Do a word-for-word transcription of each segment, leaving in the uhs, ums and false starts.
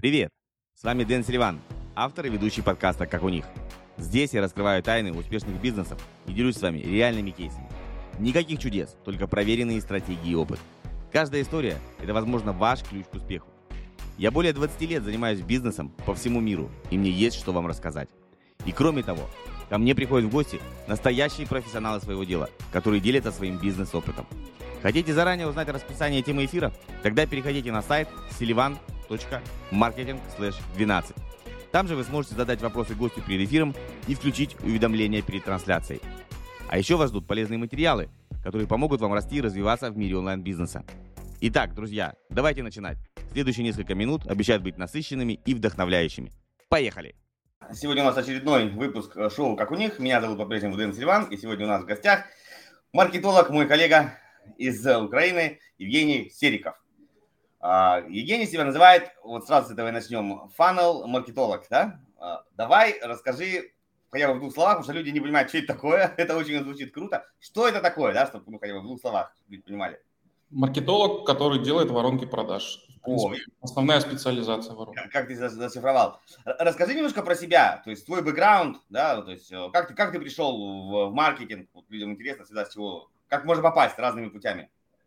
Привет! С вами Дэн Селиван, автор и ведущий подкаста «Как у них». Здесь я раскрываю тайны успешных бизнесов и делюсь с вами реальными кейсами. Никаких чудес, только проверенные стратегии и опыт. Каждая история – это, возможно, ваш ключ к успеху. Я более двадцати лет занимаюсь бизнесом по всему миру, и мне есть что вам рассказать. И кроме того, ко мне приходят в гости настоящие профессионалы своего дела, которые делятся своим бизнес-опытом. Хотите заранее узнать расписание темы эфира? Тогда переходите на сайт селиван точка маркетинг слэш двенадцать. Там же вы сможете задать вопросы гостю перед эфиром и включить уведомления перед трансляцией. А еще вас ждут полезные материалы, которые помогут вам расти и развиваться в мире онлайн-бизнеса. Итак, друзья, давайте начинать. Следующие несколько минут обещают быть насыщенными и вдохновляющими. Поехали! Сегодня у нас очередной выпуск шоу «Как у них». Меня зовут по-прежнему Дэн Селиван, и сегодня у нас в гостях маркетолог, мой коллега из Украины Евгений Сериков. Евгений себя называет, вот сразу с этого и начнем, funnel-маркетолог, да? Давай расскажи хотя бы в двух словах, потому что люди не понимают, что это такое. Это очень звучит круто. Что это такое, да, чтобы мы хотя бы в двух словах понимали? Маркетолог, который делает воронки продаж. В принципе, О, основная специализация воронок. Как, как ты зашифровал? Расскажи немножко про себя, то есть твой бэкграунд, да, то есть как ты, как ты пришел в, в маркетинг, вот людям интересно всегда с чего, как можно попасть разными путями?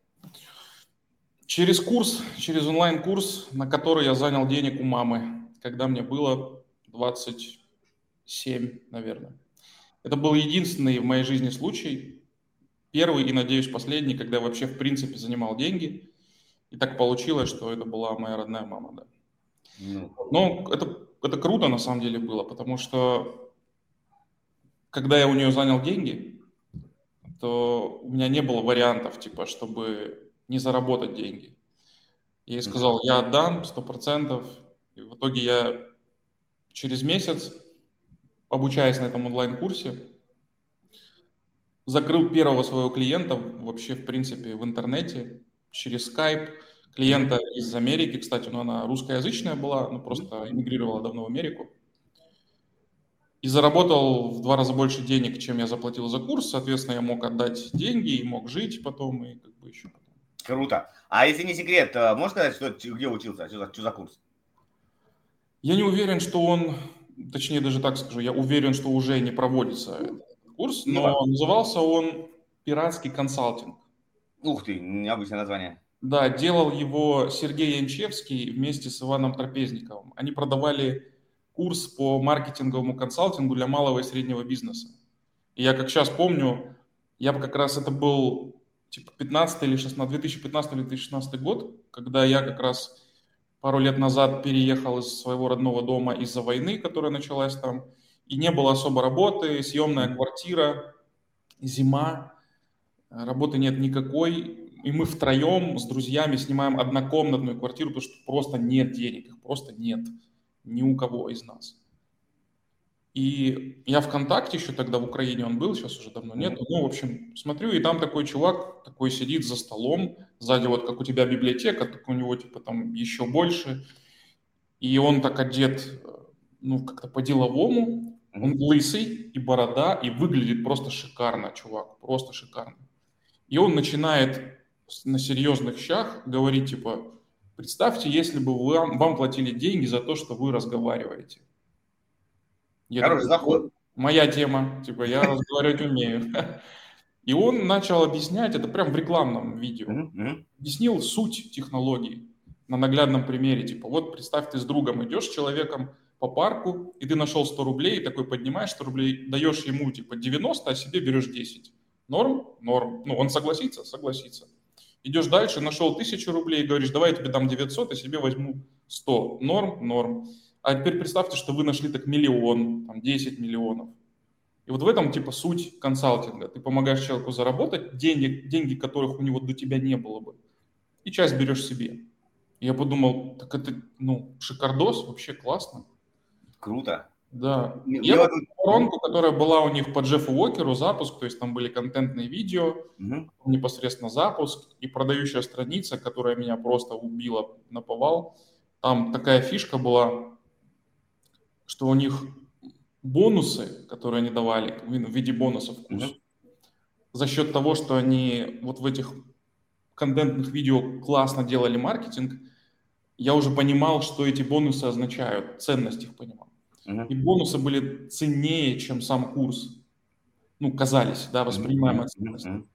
Через курс, через онлайн-курс, на который я занял денег у мамы, когда мне было двадцать семь, наверное. Это был единственный в моей жизни случай, первый и, надеюсь, последний, когда я вообще в принципе занимал деньги. И так получилось, что это была моя родная мама, да. Ну. Но это, это круто на самом деле было, потому что когда я у нее занял деньги, то у меня не было вариантов, типа, чтобы не заработать деньги. Я ей сказал, я отдам сто процентов. И в итоге я через месяц, обучаясь на этом онлайн-курсе, закрыл первого своего клиента вообще, в принципе, в интернете, через Skype. Клиента из Америки, кстати, но она русскоязычная была, но просто эмигрировала давно в Америку. И заработал в два раза больше денег, чем я заплатил за курс. Соответственно, я мог отдать деньги и мог жить потом, и как бы еще потом. Круто. А если не секрет, можешь сказать, что, где учился, что за, что за курс? Я не уверен, что он, точнее даже так скажу, я уверен, что уже не проводится этот курс, но ну, назывался он «Пиратский консалтинг». Ух ты, необычное название. Да, делал его Сергей Янчевский вместе с Иваном Трапезниковым. Они продавали курс по маркетинговому консалтингу для малого и среднего бизнеса. И я как сейчас помню, я бы как раз это был типа пятнадцатый или шестнадцатый, две тысячи пятнадцатый или две тысячи шестнадцатый год, когда я как раз пару лет назад переехал из своего родного дома из-за войны, которая началась там, и не было особо работы, съемная квартира, зима, работы нет никакой. И мы втроем с друзьями снимаем однокомнатную квартиру, потому что просто нет денег, их просто нет ни у кого из нас. И я ВКонтакте еще тогда в Украине он был, сейчас уже давно нет. Ну, в общем, смотрю, и там такой чувак такой сидит за столом, сзади вот как у тебя библиотека, так у него типа там еще больше. И он так одет, ну, как-то по-деловому. Он лысый и борода, и выглядит просто шикарно, чувак, просто шикарно. И он начинает на серьезных щах говорить, типа, представьте, если бы вам, вам платили деньги за то, что вы разговариваете. Я Хороший такой, заход. Моя тема, типа, я разговаривать умею. И он начал объяснять, это прям в рекламном видео, mm-hmm. объяснил суть технологии на наглядном примере. Типа, вот представь, ты с другом идешь с человеком по парку, и ты нашел сто рублей, и такой поднимаешь сто рублей, даешь ему типа девяносто, а себе берешь десять. Норм? Норм. Ну, он согласится? Согласится. Идешь дальше, нашел тысячу рублей, и говоришь, давай я тебе дам девятьсот, а себе возьму сто. Норм? Норм. А теперь представьте, что вы нашли так миллион, там десять миллионов. И вот в этом типа суть консалтинга. Ты помогаешь человеку заработать денег, деньги, которых у него до тебя не было бы, и часть берешь себе. И я подумал, так это, ну, шикардос, вообще классно. Круто. Да. Я вот воронку, которая была у них по Джеффу Уокеру, запуск, то есть там были контентные видео, угу. непосредственно запуск, и продающая страница, которая меня просто убила наповал. Там такая фишка была, что у них бонусы, которые они давали в виде бонусов в курс, mm-hmm. за счет того, что они вот в этих контентных видео классно делали маркетинг, я уже понимал, что эти бонусы означают, ценность их понимал. Uh-huh. И бонусы были ценнее, чем сам курс. Ну, казались, да, воспринимаемая ценность. Uh-huh.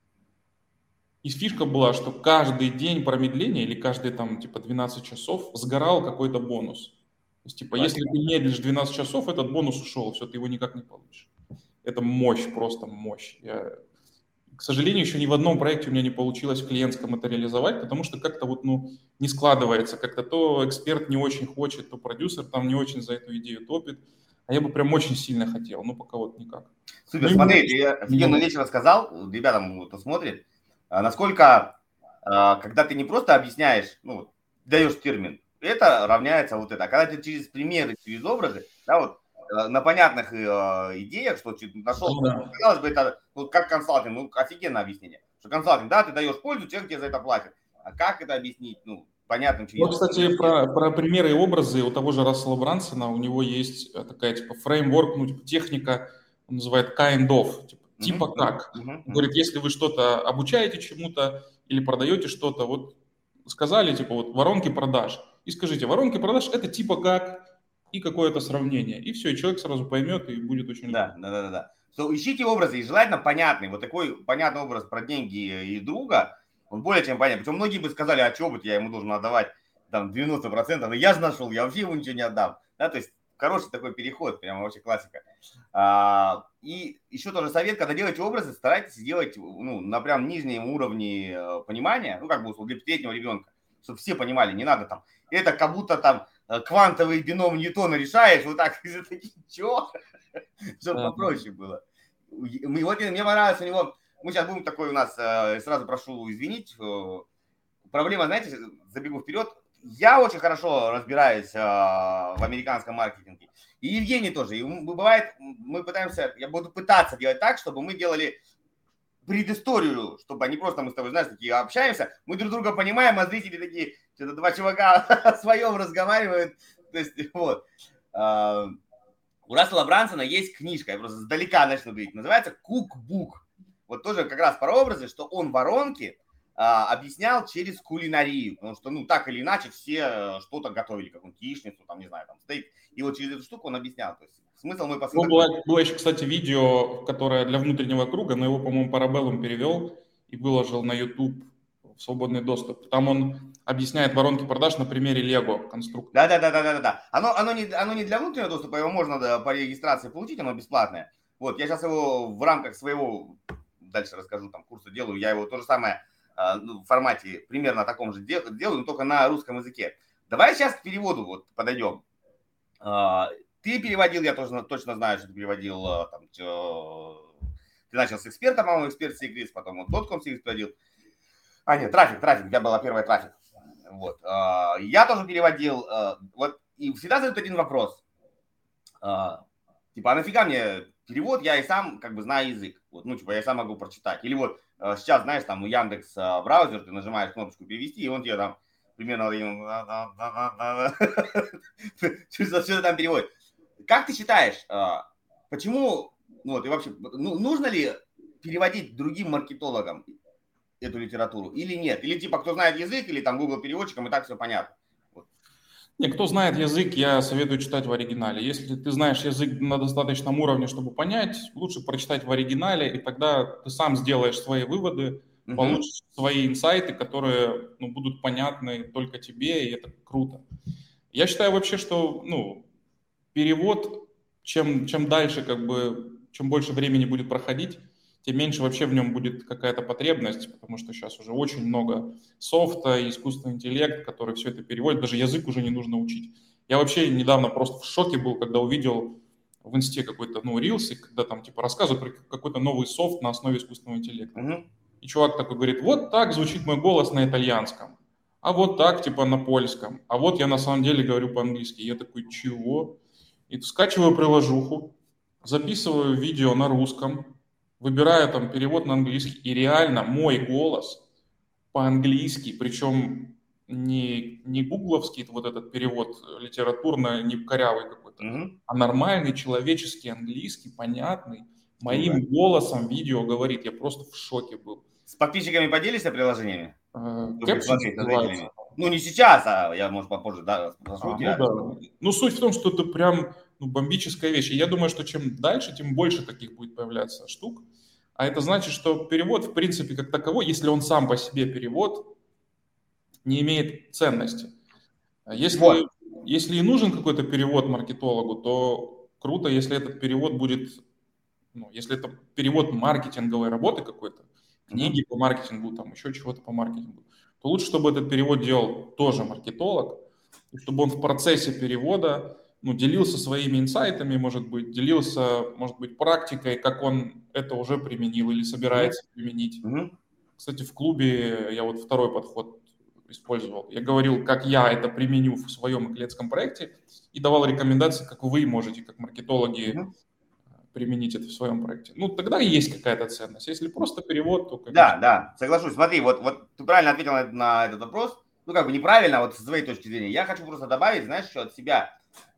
И фишка была, что каждый день промедления или каждые там типа двенадцать часов сгорал какой-то бонус. То есть, типа, если ты медлишь двенадцать часов, этот бонус ушел, все, ты его никак не получишь. Это мощь, просто мощь. Я... К сожалению, еще ни в одном проекте у меня не получилось в клиентском это реализовать, потому что как-то вот, ну, не складывается. Как-то то эксперт не очень хочет, то продюсер там не очень за эту идею топит. А я бы прям очень сильно хотел, ну, пока вот никак. Супер, ну, смотри, ты офигенную вещь рассказал, ребятам, кто смотрит, насколько, когда ты не просто объясняешь, ну, даешь термин, это равняется вот это. А когда ты через примеры, через образы, да, вот, на понятных э, идеях, что нашел, ну, да. Казалось бы, это ну, как консалтинг, ну, офигенное объяснение. Что консалтинг, да, ты даешь пользу, человек тебе за это платит. А как это объяснить, ну, понятным через... Вот, кстати, про, про примеры и образы у того же Рассела Брансона, у него есть такая, типа, фреймворк, ну, типа, техника, он называет kind of, типа, uh-huh, типа как. Uh-huh, uh-huh. Он говорит, если вы что-то обучаете чему-то или продаете что-то, вот сказали, типа, вот воронки продаж, и скажите, воронки продаж – это типа как... и какое-то сравнение. И все, и человек сразу поймет и будет очень... Да, да, да, да. So, ищите образы, и желательно понятный. Вот такой понятный образ про деньги и друга, он более чем понятен. Причем многие бы сказали, а что вот я ему должен отдавать там девяносто процентов, но я же нашел, я вообще ему ничего не отдам. Да, то есть хороший такой переход, прямо вообще классика. А, и еще тоже совет, когда делаете образы, старайтесь делать ну, на прям нижнем уровне понимания, ну как бы для пятилетнего ребенка, чтобы все понимали, не надо там, это как будто там квантовый бином Ньютона решаешь, вот так, что? Чтобы попроще было. Мы, вот мне понравилось у него, мы сейчас будем такой у нас, сразу прошу извинить, проблема, знаете, забегу вперед, я очень хорошо разбираюсь в американском маркетинге, и Евгений тоже, и бывает, мы пытаемся, я буду пытаться делать так, чтобы мы делали предысторию, чтобы не просто мы с тобой, знаешь, такие общаемся, мы друг друга понимаем, а зрители такие, что-то два чувака о своем разговаривают, то есть, вот. У Рассела Брансона есть книжка, я просто сдалека начну говорить, называется «Кукбук». Вот тоже как раз про образы, что он воронки а, объяснял через кулинарию, потому что, ну, так или иначе все что-то готовили, какую-нибудь яичницу, там, не знаю, там, стейк, и вот через эту штуку он объяснял, то есть смысл мой посыл. Ну, было, было еще, кстати, видео, которое для внутреннего круга, но его, по-моему, Парабеллум перевел и выложил на YouTube в свободный доступ. Там он объясняет воронки продаж на примере Lego конструктора. Да, да, да, да, да, да. Оно, оно, не, оно не для внутреннего доступа, его можно да, по регистрации получить, оно бесплатное. Вот, я сейчас его в рамках своего, дальше расскажу, там, курса делаю, я его то же самое в формате примерно таком же делаю, но только на русском языке. Давай сейчас к переводу вот подойдем. Ты переводил, я тоже точно знаю, что ты переводил, там, ты начал с эксперта, по-моему, эксперт Сигрис, потом вот .com Сигрис переводил. А, нет, трафик, трафик, у тебя была первая трафик. Вот. Я тоже переводил. Вот, и всегда задают один вопрос. Типа, а нафига мне перевод, я и сам как бы знаю язык. Вот, ну, типа, я сам могу прочитать. Или вот сейчас, знаешь, там у Яндекс браузер, ты нажимаешь кнопочку перевести, и он тебе там примерно что ты там переводит. Как ты считаешь, почему, ну, вот, и вообще, ну, нужно ли переводить другим маркетологам эту литературу или нет? Или типа, кто знает язык, или там Google переводчиком, и так все понятно? Вот. Не, кто знает язык, я советую читать в оригинале. Если ты знаешь язык на достаточном уровне, чтобы понять, лучше прочитать в оригинале, и тогда ты сам сделаешь свои выводы, uh-huh. получишь свои инсайты, которые ну, будут понятны только тебе, и это круто. Я считаю вообще, что ну, перевод, чем, чем дальше, как бы, чем больше времени будет проходить, тем меньше вообще в нем будет какая-то потребность, потому что сейчас уже очень много софта, искусственный интеллект, который все это переводит, даже язык уже не нужно учить. Я вообще недавно просто в шоке был, когда увидел в инсте какой-то, ну, рилс, когда там типа рассказывают про какой-то новый софт на основе искусственного интеллекта. Mm-hmm. И чувак такой говорит, вот так звучит мой голос на итальянском, а вот так типа на польском, а вот я на самом деле говорю по-английски. Я такой, чего? И скачиваю приложуху, записываю видео на русском, выбираю там перевод на английский, и реально мой голос по-английски, причем не, не гугловский вот этот перевод литературно, не корявый какой-то, mm-hmm. а нормальный человеческий английский, понятный, моим mm-hmm. голосом видео говорит. Я просто в шоке был. С подписчиками поделишься приложениями? Captions называется. Ну, не сейчас, а я, может, попозже, да, спрошу А, тебя. ну да. Ну, суть в том, что это прям ну, бомбическая вещь. И я думаю, что чем дальше, тем больше таких будет появляться штук. А это значит, что перевод, в принципе, как таковой, если он сам по себе перевод, не имеет ценности. А Если, Вот. если и нужен какой-то перевод маркетологу, то круто, если этот перевод будет, ну, если это перевод маркетинговой работы какой-то, Мгм. книги по маркетингу, там еще чего-то по маркетингу, то лучше, чтобы этот перевод делал тоже маркетолог, и чтобы он в процессе перевода ну, делился своими инсайтами, может быть, делился, может быть, практикой, как он это уже применил или Мгм. собирается применить. Мгм. Кстати, в клубе я вот второй подход использовал. Я говорил, как я это применю в своем клиентском проекте и давал рекомендации, как вы можете, как маркетологи, Мгм. применить это в своем проекте. Ну, тогда и есть какая-то ценность. Если просто перевод, то, Да, конечно. да, соглашусь. Смотри, вот, вот ты правильно ответил на, на этот вопрос. Ну, как бы неправильно, вот с твоей точки зрения. Я хочу просто добавить, знаешь, еще от себя.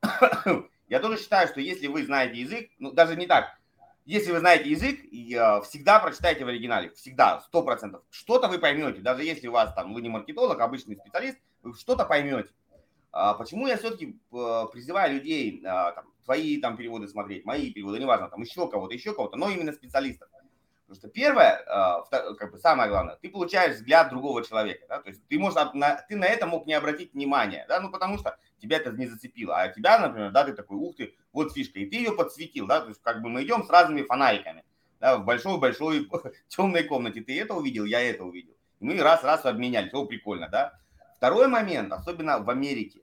Я тоже считаю, что если вы знаете язык, ну, даже не так, если вы знаете язык, и, э, всегда прочитайте в оригинале, всегда, сто процентов. Что-то вы поймете, даже если у вас там, вы не маркетолог, а обычный специалист, вы что-то поймете. А почему я все-таки э, призываю людей, э, там, твои там переводы смотреть, мои переводы, неважно, там еще кого-то, еще кого-то, но именно специалистов. Потому что первое, э, как бы самое главное, ты получаешь взгляд другого человека, да, то есть ты, можешь, на, ты на это мог не обратить внимания, да, ну потому что тебя это не зацепило, а тебя, например, да, ты такой, ух ты, вот фишка, и ты ее подсветил, да, то есть как бы мы идем с разными фонариками, да, в большой-большой темной комнате, ты это увидел, я это увидел, и мы раз-раз обменялись, о, прикольно, да. Второй момент, особенно в Америке,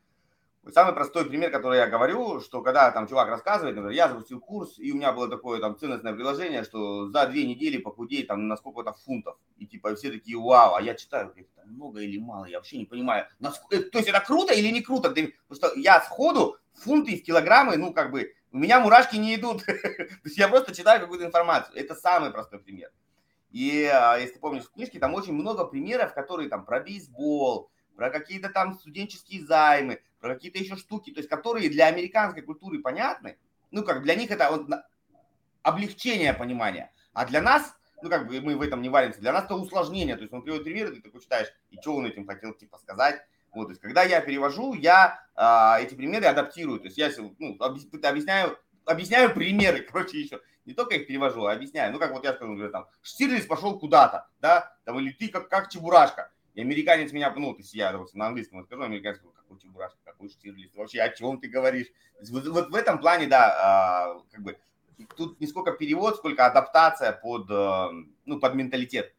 самый простой пример, который я говорю, что когда там чувак рассказывает, например, я запустил курс, и у меня было такое там ценностное приложение, что за две недели похудеть там на сколько-то фунтов. И типа все такие, вау, а я читаю, это много или мало, я вообще не понимаю. Насколько, то есть это круто или не круто? Потому что я сходу фунты в килограммы, ну как бы, у меня мурашки не идут. То есть я просто читаю какую-то информацию. Это самый простой пример. И а, если ты помнишь, в книжке там очень много примеров, которые там про бейсбол, про какие-то там студенческие займы, про какие-то еще штуки, то есть которые для американской культуры понятны. Ну, как для них это вот облегчение понимания. А для нас, ну, как бы мы в этом не варимся, для нас это усложнение. То есть он приводит примеры, ты такой читаешь, и что он этим хотел типа сказать. Вот, то есть когда я перевожу, я а, эти примеры адаптирую. То есть я ну, объясняю, объясняю примеры, короче, еще. Не только их перевожу, а объясняю. Ну, как вот я сказал, например, там, Штирлиц пошел куда-то, да, там, или ты как, как Чебурашка. И американец меня, ну, то есть я допустим, на английском скажу, американец говорит, какой Чебурашка, какой Штирлиц, вообще о чем ты говоришь? Вот, вот в этом плане, да, а, как бы, тут не сколько перевод, сколько адаптация под, ну, под менталитет.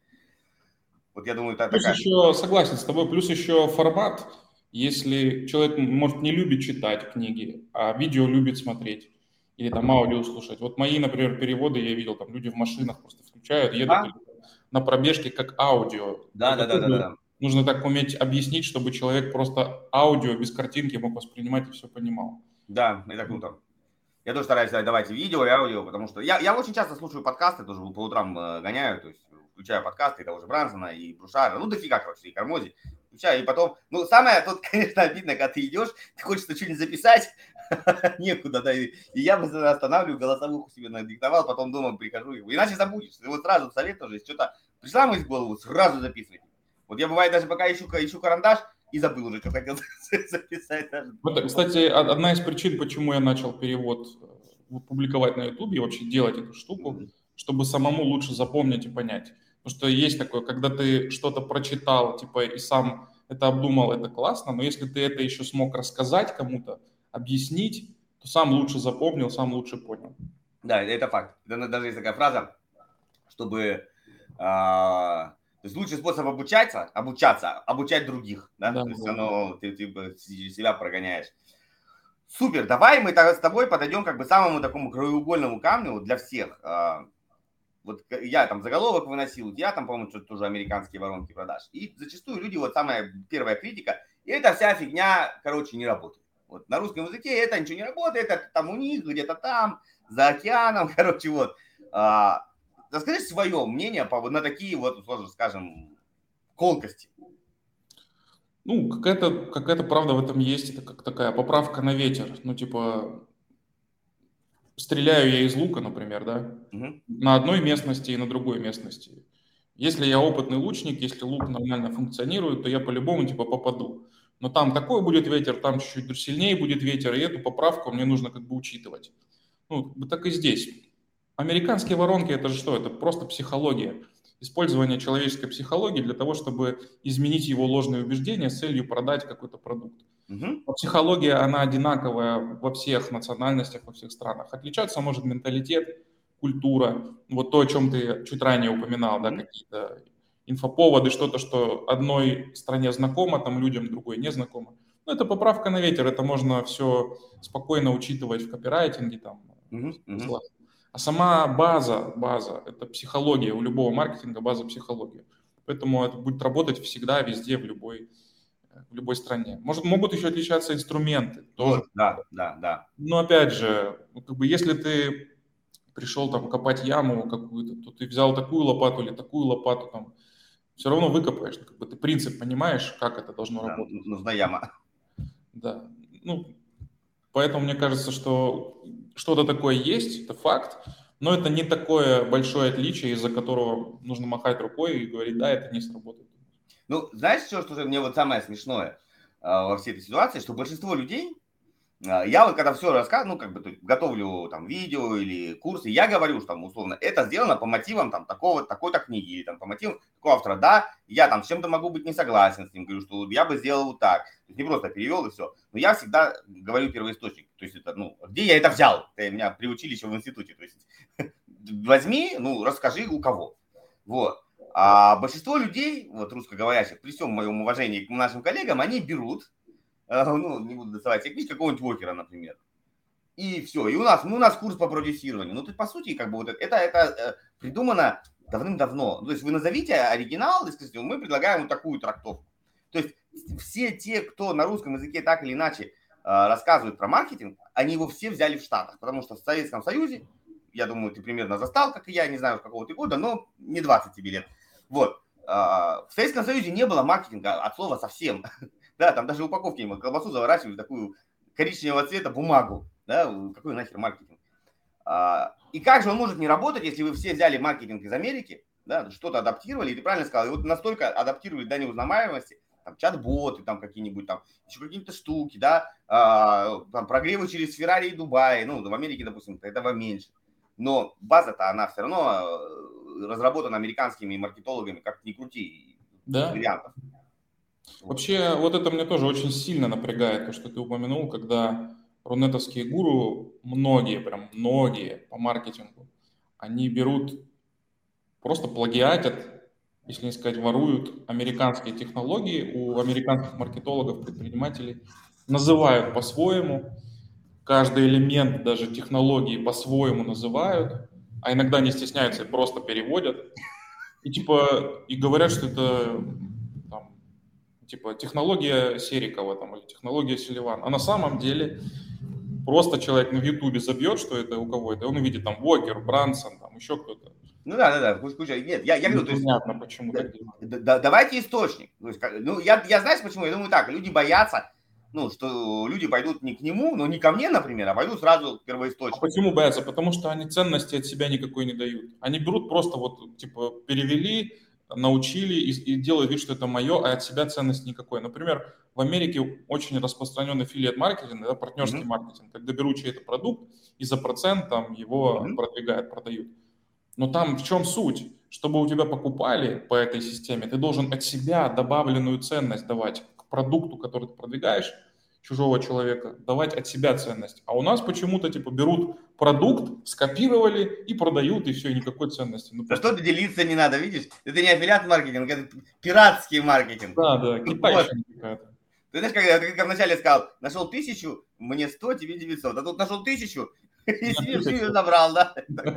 Вот я думаю, это Плюс такая... еще, согласен с тобой, плюс еще формат. Если человек, может, не любит читать книги, а видео любит смотреть или там аудио слушать. Вот мои, например, переводы я видел, там люди в машинах просто включают, едут Да, или на пробежке как аудио. да, Это да, да, да, тоже да. нужно так уметь объяснить, чтобы человек просто аудио без картинки мог воспринимать и все понимал. Да, это круто. Я тоже стараюсь давать видео и аудио, потому что я, я очень часто слушаю подкасты, тоже по утрам э, гоняю, то есть включаю подкасты и того же Брансона, и Брушара, ну дофига, короче, и Кармози. Включаю, и потом, ну самое тут, конечно, обидно, когда ты идешь, ты хочешь что-нибудь записать, некуда, да, и, и я постоянно останавливаю, голосовуху себе надиктовал, потом дома прихожу, и, иначе забудешь. Ты вот сразу совет тоже, если что-то пришла мысль в голову, сразу записывай. Вот я бывает даже пока ищу, ищу карандаш, и забыл уже, что хотел записать даже. Вот, кстати, одна из причин, почему я начал перевод публиковать на Ютубе и вообще делать эту штуку, чтобы самому лучше запомнить и понять. Потому что есть такое, когда ты что-то прочитал, типа, и сам это обдумал, это классно, но если ты это еще смог рассказать кому-то, объяснить, то сам лучше запомнил, сам лучше понял. Да, это факт. Это даже есть такая фраза, чтобы... А, то есть лучший способ обучаться, обучаться, обучать других, да, Да, то есть да. оно, ты, ты себя прогоняешь. Супер, давай мы с тобой подойдем как бы самому такому краеугольному камню для всех. Вот я там заголовок выносил, я там, по-моему, что-то тоже американские воронки продаж. И зачастую люди, вот самая первая критика, и эта вся фигня, короче, не работает. Вот на русском языке это ничего не работает, это там у них, где-то там, за океаном, короче, вот. А, расскажи свое мнение по, на такие вот, сложно скажем, колкости. Ну, какая-то какая правда в этом есть, это как такая поправка на ветер. Ну, типа, стреляю я из лука, например, да, Угу. на одной местности и на другой местности. Если я опытный лучник, если лук нормально функционирует, то я по-любому типа попаду. Но там такой будет ветер, там чуть-чуть сильнее будет ветер, и эту поправку мне нужно как бы учитывать. Ну, так и здесь. Американские воронки – это же что? Это просто психология. Использование человеческой психологии для того, чтобы изменить его ложные убеждения с целью продать какой-то продукт. Угу. Психология, она одинаковая во всех национальностях, во всех странах. Отличаться может менталитет, культура. Вот то, о чем ты чуть ранее упоминал, да, какие-то инфоповоды, что-то, что одной стране знакомо, там людям другой не знакомо. Ну, это поправка на ветер, это можно все спокойно учитывать в копирайтинге, там, Угу. Угу. а сама база, база, это психология, у любого маркетинга база психология. Поэтому это будет работать всегда, везде, в любой, в любой стране. Может, могут еще отличаться инструменты. Тоже. Вот, да, да, да. Но опять же, ну, как бы, если ты пришел там копать яму какую-то, то ты взял такую лопату или такую лопату, там, все равно выкопаешь. Как бы ты принцип понимаешь, как это должно Да, работать. нужна яма. Да. Ну, поэтому мне кажется, что что-то такое есть, это факт, но это не такое большое отличие, из-за которого нужно махать рукой и говорить, да, это не сработает. Ну, знаешь, что, что же мне вот самое смешное э, во всей этой ситуации, что большинство людей, э, я вот когда все рассказываю, ну, как бы то есть, готовлю там видео или курсы, я говорю, что там условно, это сделано по мотивам там такого, такой-то книги, или там по мотивам такого автора, да, я там с чем-то могу быть не согласен с ним, говорю, что я бы сделал вот так, то есть не просто перевел и все, но я всегда говорю первоисточник, то есть это, ну, где я это взял, это меня приучили еще в институте, то есть возьми, ну, расскажи у кого, вот. А большинство людей, вот русскоговорящих, при всем моем уважении к нашим коллегам, они берут, э, ну, не буду доставать себе книжку, какого-нибудь Уокера, например, и все. И у нас, ну, у нас курс по продюсированию. Ну, ты, по сути, как бы вот это, это э, придумано давным-давно. То есть вы назовите оригинал и скажите, мы предлагаем вот такую трактовку. То есть все те, кто на русском языке так или иначе э, рассказывают про маркетинг, они его все взяли в Штатах, потому что в Советском Союзе, я думаю, ты примерно застал, как и я, не знаю, с какого ты года, но не двадцать тебе лет. Вот. В Советском Союзе не было маркетинга от слова совсем. Да, там даже упаковки не было. Колбасу заворачивали в такую коричневого цвета бумагу. Да, какой нахер маркетинг? И как же он может не работать, если вы все взяли маркетинг из Америки, да, что-то адаптировали, и ты правильно сказал, и вот настолько адаптировали до неузнаваемости, там чат-боты, там какие-нибудь, там еще какие-то штуки, да, там прогревы через Феррари и Дубай, ну, в Америке, допустим, этого меньше. Но база-то, она все равно разработана американскими маркетологами, как ни крути, да. вариантов. Вообще, вот это мне тоже очень сильно напрягает, то, что ты упомянул, когда рунетовские гуру, многие, прям многие по маркетингу, они берут, просто плагиатят, если не сказать воруют, американские технологии у американских маркетологов, предпринимателей, называют по-своему, каждый элемент даже технологии по-своему называют, а иногда не стесняются и просто переводят. И типа, и говорят, что это там, типа технология Серикова там, или технология Селивана. А на самом деле просто человек на Ютубе забьет, что это у кого это, он увидит там Уокер, Брансон, там еще кто-то. Ну да, да, да, пусть куча. Нет, я, я говорю, то есть. Непонятно, почему да, так делают. да, да, давайте источник. То есть, ну, я, я знаешь почему? Я думаю так, люди боятся, ну, что люди пойдут не к нему, но не ко мне, например, а пойдут сразу к первоисточнику. А почему боятся? Потому что они ценности от себя никакой не дают. Они берут просто вот, типа, перевели, научили и, и делают вид, что это мое, а от себя ценность никакой. Например, в Америке очень распространен аффилиат-маркетинг, да, партнерский mm-hmm. маркетинг, когда берут чей-то продукт и за процент там его mm-hmm. продвигают, продают. Но там в чем суть? Чтобы у тебя покупали по этой системе, ты должен от себя добавленную ценность давать к продукту, который ты продвигаешь, чужого человека, давать от себя ценность. А у нас почему-то типа берут продукт, скопировали и продают, и все, и никакой ценности. Ну, да что-то делиться не надо, видишь? Это не аффилиат-маркетинг, это пиратский маркетинг. Да, да, китайщина какая-то. Ты знаешь, как я как вначале сказал, нашел тысячу, мне сто, тебе девятьсот. А тут нашел тысячу, и себе всю ее забрал, да?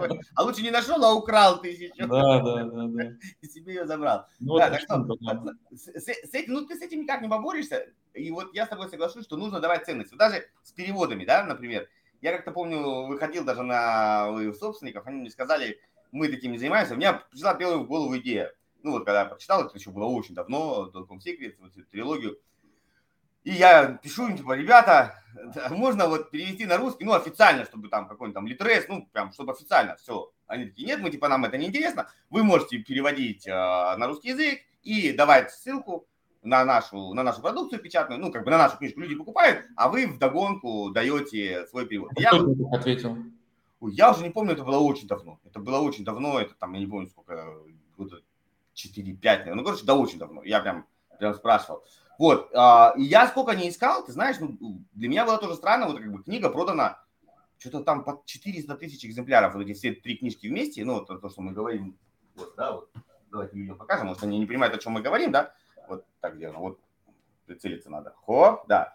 А лучше не нашел, а украл тысячу. Да, да, да, да. И себе ее забрал. Ну, да, вот так что, с, с этим, ну, ты с этим никак не поборешься. И вот я с тобой соглашусь, что нужно давать ценность. Вот даже с переводами, да, например. Я как-то помню, выходил даже на собственников, они мне сказали, мы таким не занимаемся. У меня пришла первая в голову идея. Ну вот, когда я прочитал, это еще было очень давно, Dotcom Secrets, вот эту трилогию. И я пишу им, типа, ребята, можно вот перевести на русский, ну, официально, чтобы там какой-нибудь там литрес, ну, прям, чтобы официально все. Они такие, нет, мы, типа, нам это не интересно. Вы можете переводить э, на русский язык и давать ссылку на нашу, на нашу продукцию печатную, ну, как бы на нашу книжку люди покупают, а вы вдогонку даете свой перевод. А Я, кто тебе ответил? я уже не помню, это было очень давно. Это было очень давно, это там, я не помню, сколько, года четыре-пять, наверное. Ну, короче, да, очень давно. Я прям, прям спрашивал. Вот, а, и я сколько не искал, ты знаешь, ну, для меня было тоже странно, вот как бы книга продана, что-то там под четыреста тысяч экземпляров, вот эти все три книжки вместе, ну, вот то, что мы говорим, вот, да, вот, давайте видео покажем, может, они не понимают, о чем мы говорим, да, вот так сделано, вот, прицелиться надо, хо, да,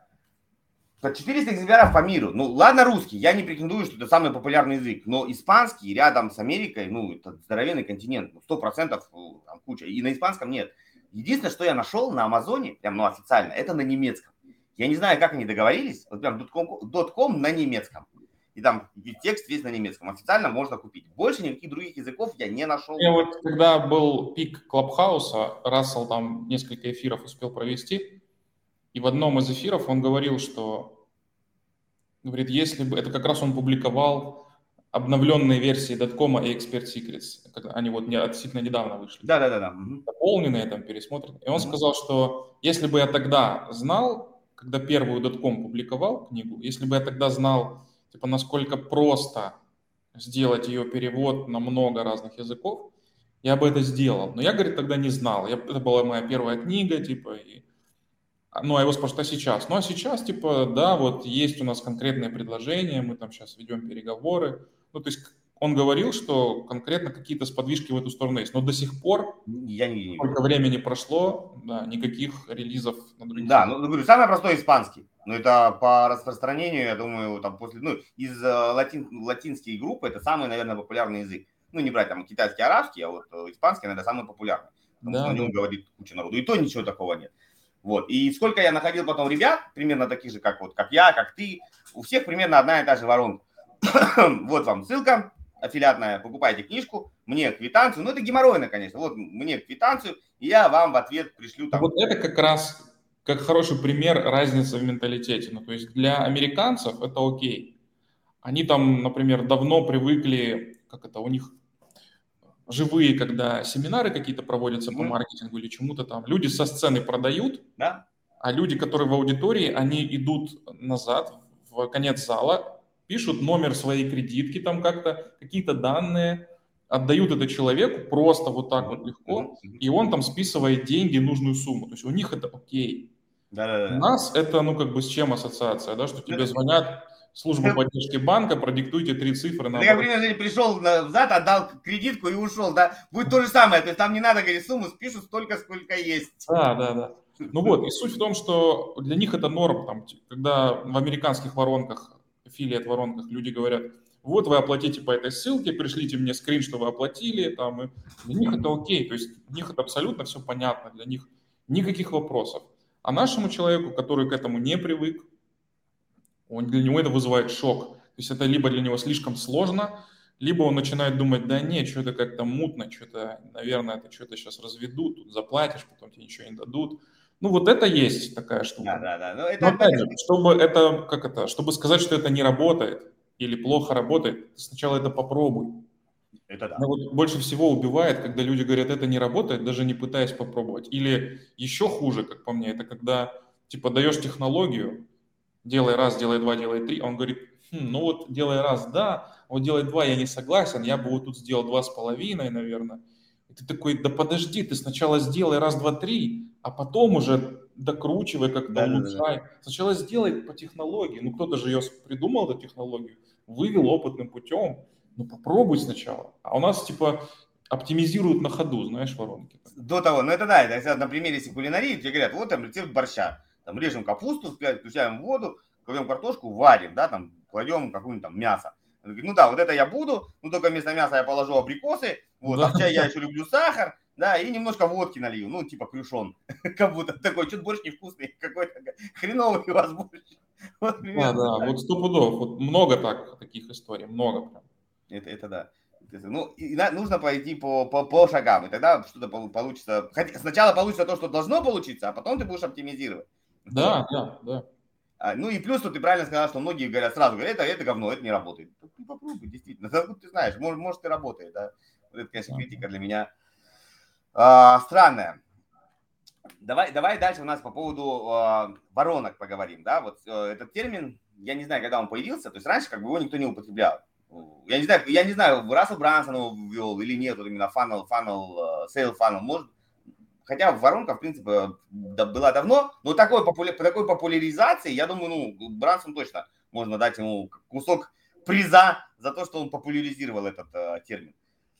под четыреста экземпляров по миру, ну, ладно, русский, я не претендую, что это самый популярный язык, но испанский рядом с Америкой, ну, это здоровенный континент, сто процентов там куча, и на испанском нет. Единственное, что я нашел на Амазоне, прям, ну, официально, это на немецком. Я не знаю, как они договорились, вот прям .com на немецком. И там текст весь на немецком. Официально можно купить. Больше никаких других языков я не нашел. Я вот, когда был пик Клабхауса, Рассел там несколько эфиров успел провести, и в одном из эфиров он говорил, что, говорит, если бы, это как раз он публиковал обновленные версии Доткома и Expert Secrets, они вот не, относительно недавно вышли. Да-да-да. Дополненные, там, пересмотренные. И он mm-hmm. сказал, что если бы я тогда знал, когда первую Дотком публиковал книгу, если бы я тогда знал, типа, насколько просто сделать ее перевод на много разных языков, я бы это сделал. Но я, говорит, тогда не знал. Я, это была моя первая книга, типа, и... Ну, а его спрашивают, а сейчас? Ну, а сейчас, типа, да, вот есть у нас конкретные предложения, мы там сейчас ведем переговоры. Ну, то есть он говорил, что конкретно какие-то сподвижки в эту сторону есть, но до сих пор, я не сколько времени прошло, да, никаких релизов на других. Да, ну, говорю, самый простой испанский. Но это по распространению, я думаю, там после, ну, из латин, латинские группы это самый, наверное, популярный язык. Ну, не брать там китайский, арабский, а вот испанский, наверное, самый популярный. Потому да, что на нем да. говорит куча народу. И то ничего такого нет. Вот. И сколько я находил потом ребят, примерно таких же, как вот, как я, как ты, у всех примерно одна и та же воронка. Вот вам ссылка аффилиатная, покупайте книжку, мне квитанцию, ну это геморройно, конечно, вот мне квитанцию, и я вам в ответ пришлю там. Вот это как раз как хороший пример разницы в менталитете. Ну, то есть для американцев это окей. Они там, например, давно привыкли, как это у них живые, когда семинары какие-то проводятся mm-hmm. по маркетингу или чему-то там, люди со сцены продают, да? А люди, которые в аудитории, они идут назад, в конец зала, пишут номер своей кредитки, там как-то какие-то данные, отдают это человеку просто вот так вот легко, и он там списывает деньги, нужную сумму. То есть у них это окей. Да-да-да. У нас это, ну, как бы с чем ассоциация, да, что тебе звонят службу поддержки банка, продиктуйте три цифры. Ты, как пример, пришел взад, отдал кредитку и ушел, да? Будет то же самое, то есть там не надо говорить сумму, спишут столько, сколько есть. Да, да, да. Ну вот, и суть в том, что для них это норм, там, когда в американских воронках, аффилиат воронках люди говорят, вот вы оплатите по этой ссылке, пришлите мне скрин, что вы оплатили, там, и для них это окей, то есть для них это абсолютно все понятно, для них никаких вопросов. А нашему человеку, который к этому не привык, он, для него это вызывает шок. То есть это либо для него слишком сложно, либо он начинает думать, да нет, что-то как-то мутно, что-то, наверное, это что-то сейчас разведут, тут заплатишь, потом тебе ничего не дадут. Ну вот это есть такая штука. Да, да, да. Но, это, Но опять же, чтобы это, как это, чтобы сказать, что это не работает или плохо работает, сначала это попробуй. Это да. Но вот больше всего убивает, когда люди говорят, это не работает, даже не пытаясь попробовать. Или еще хуже, как по мне, это когда типа даешь технологию, делай раз, делай два, делай три, а он говорит, хм, ну вот делай раз, да, вот делай два, я не согласен, я бы вот тут сделал два с половиной, наверное. И ты такой, да подожди, ты сначала сделай раз, два, три, а потом уже докручивай, как-то да, улучшай. Да, да. Сначала сделай по технологии, ну кто-то же ее придумал, эту технологию, вывел опытным путем, ну попробуй сначала. А у нас типа оптимизируют на ходу, знаешь, воронки. До того, ну это да, это на примере кулинарии, тебе говорят, вот там рецепт борща. Там режем капусту, включаем воду, кладем картошку, варим, да, там кладем какое-нибудь там мясо. Он говорит, ну да, вот это я буду, но только вместо мяса я положу абрикосы, вот, да. А в чай я еще люблю сахар, да, и немножко водки налью, ну, типа крюшон, как будто такой, что-то борщ невкусный, какой-то хреновый у вас борщ. Вот, да, да, вот сто пудов, вот много так, таких историй, много прям. Это, это да. Ну, и нужно пойти по, по, по шагам, и тогда что-то получится. Сначала получится то, что должно получиться, а потом ты будешь оптимизировать. Да, да, да. А, ну и плюс, что ты правильно сказал, что многие говорят сразу, говорят, это, это говно, это не работает. Ну, попробуй, действительно. Ты знаешь, может, может и работает, да. Вот это, конечно, критика для меня а, странная. Давай, давай дальше у нас по поводу э, воронок поговорим, да, вот э, этот термин, я не знаю, когда он появился, то есть раньше как бы его никто не употреблял. Я не знаю, я не знаю, Рассел Брансон его ввел или нет, вот именно funnel, funnel, sales funnel, может, хотя воронка, в принципе, да, была давно, но такой, популя, такой популяризации, я думаю, ну, Брансон точно можно дать ему кусок приза за то, что он популяризировал этот э, термин.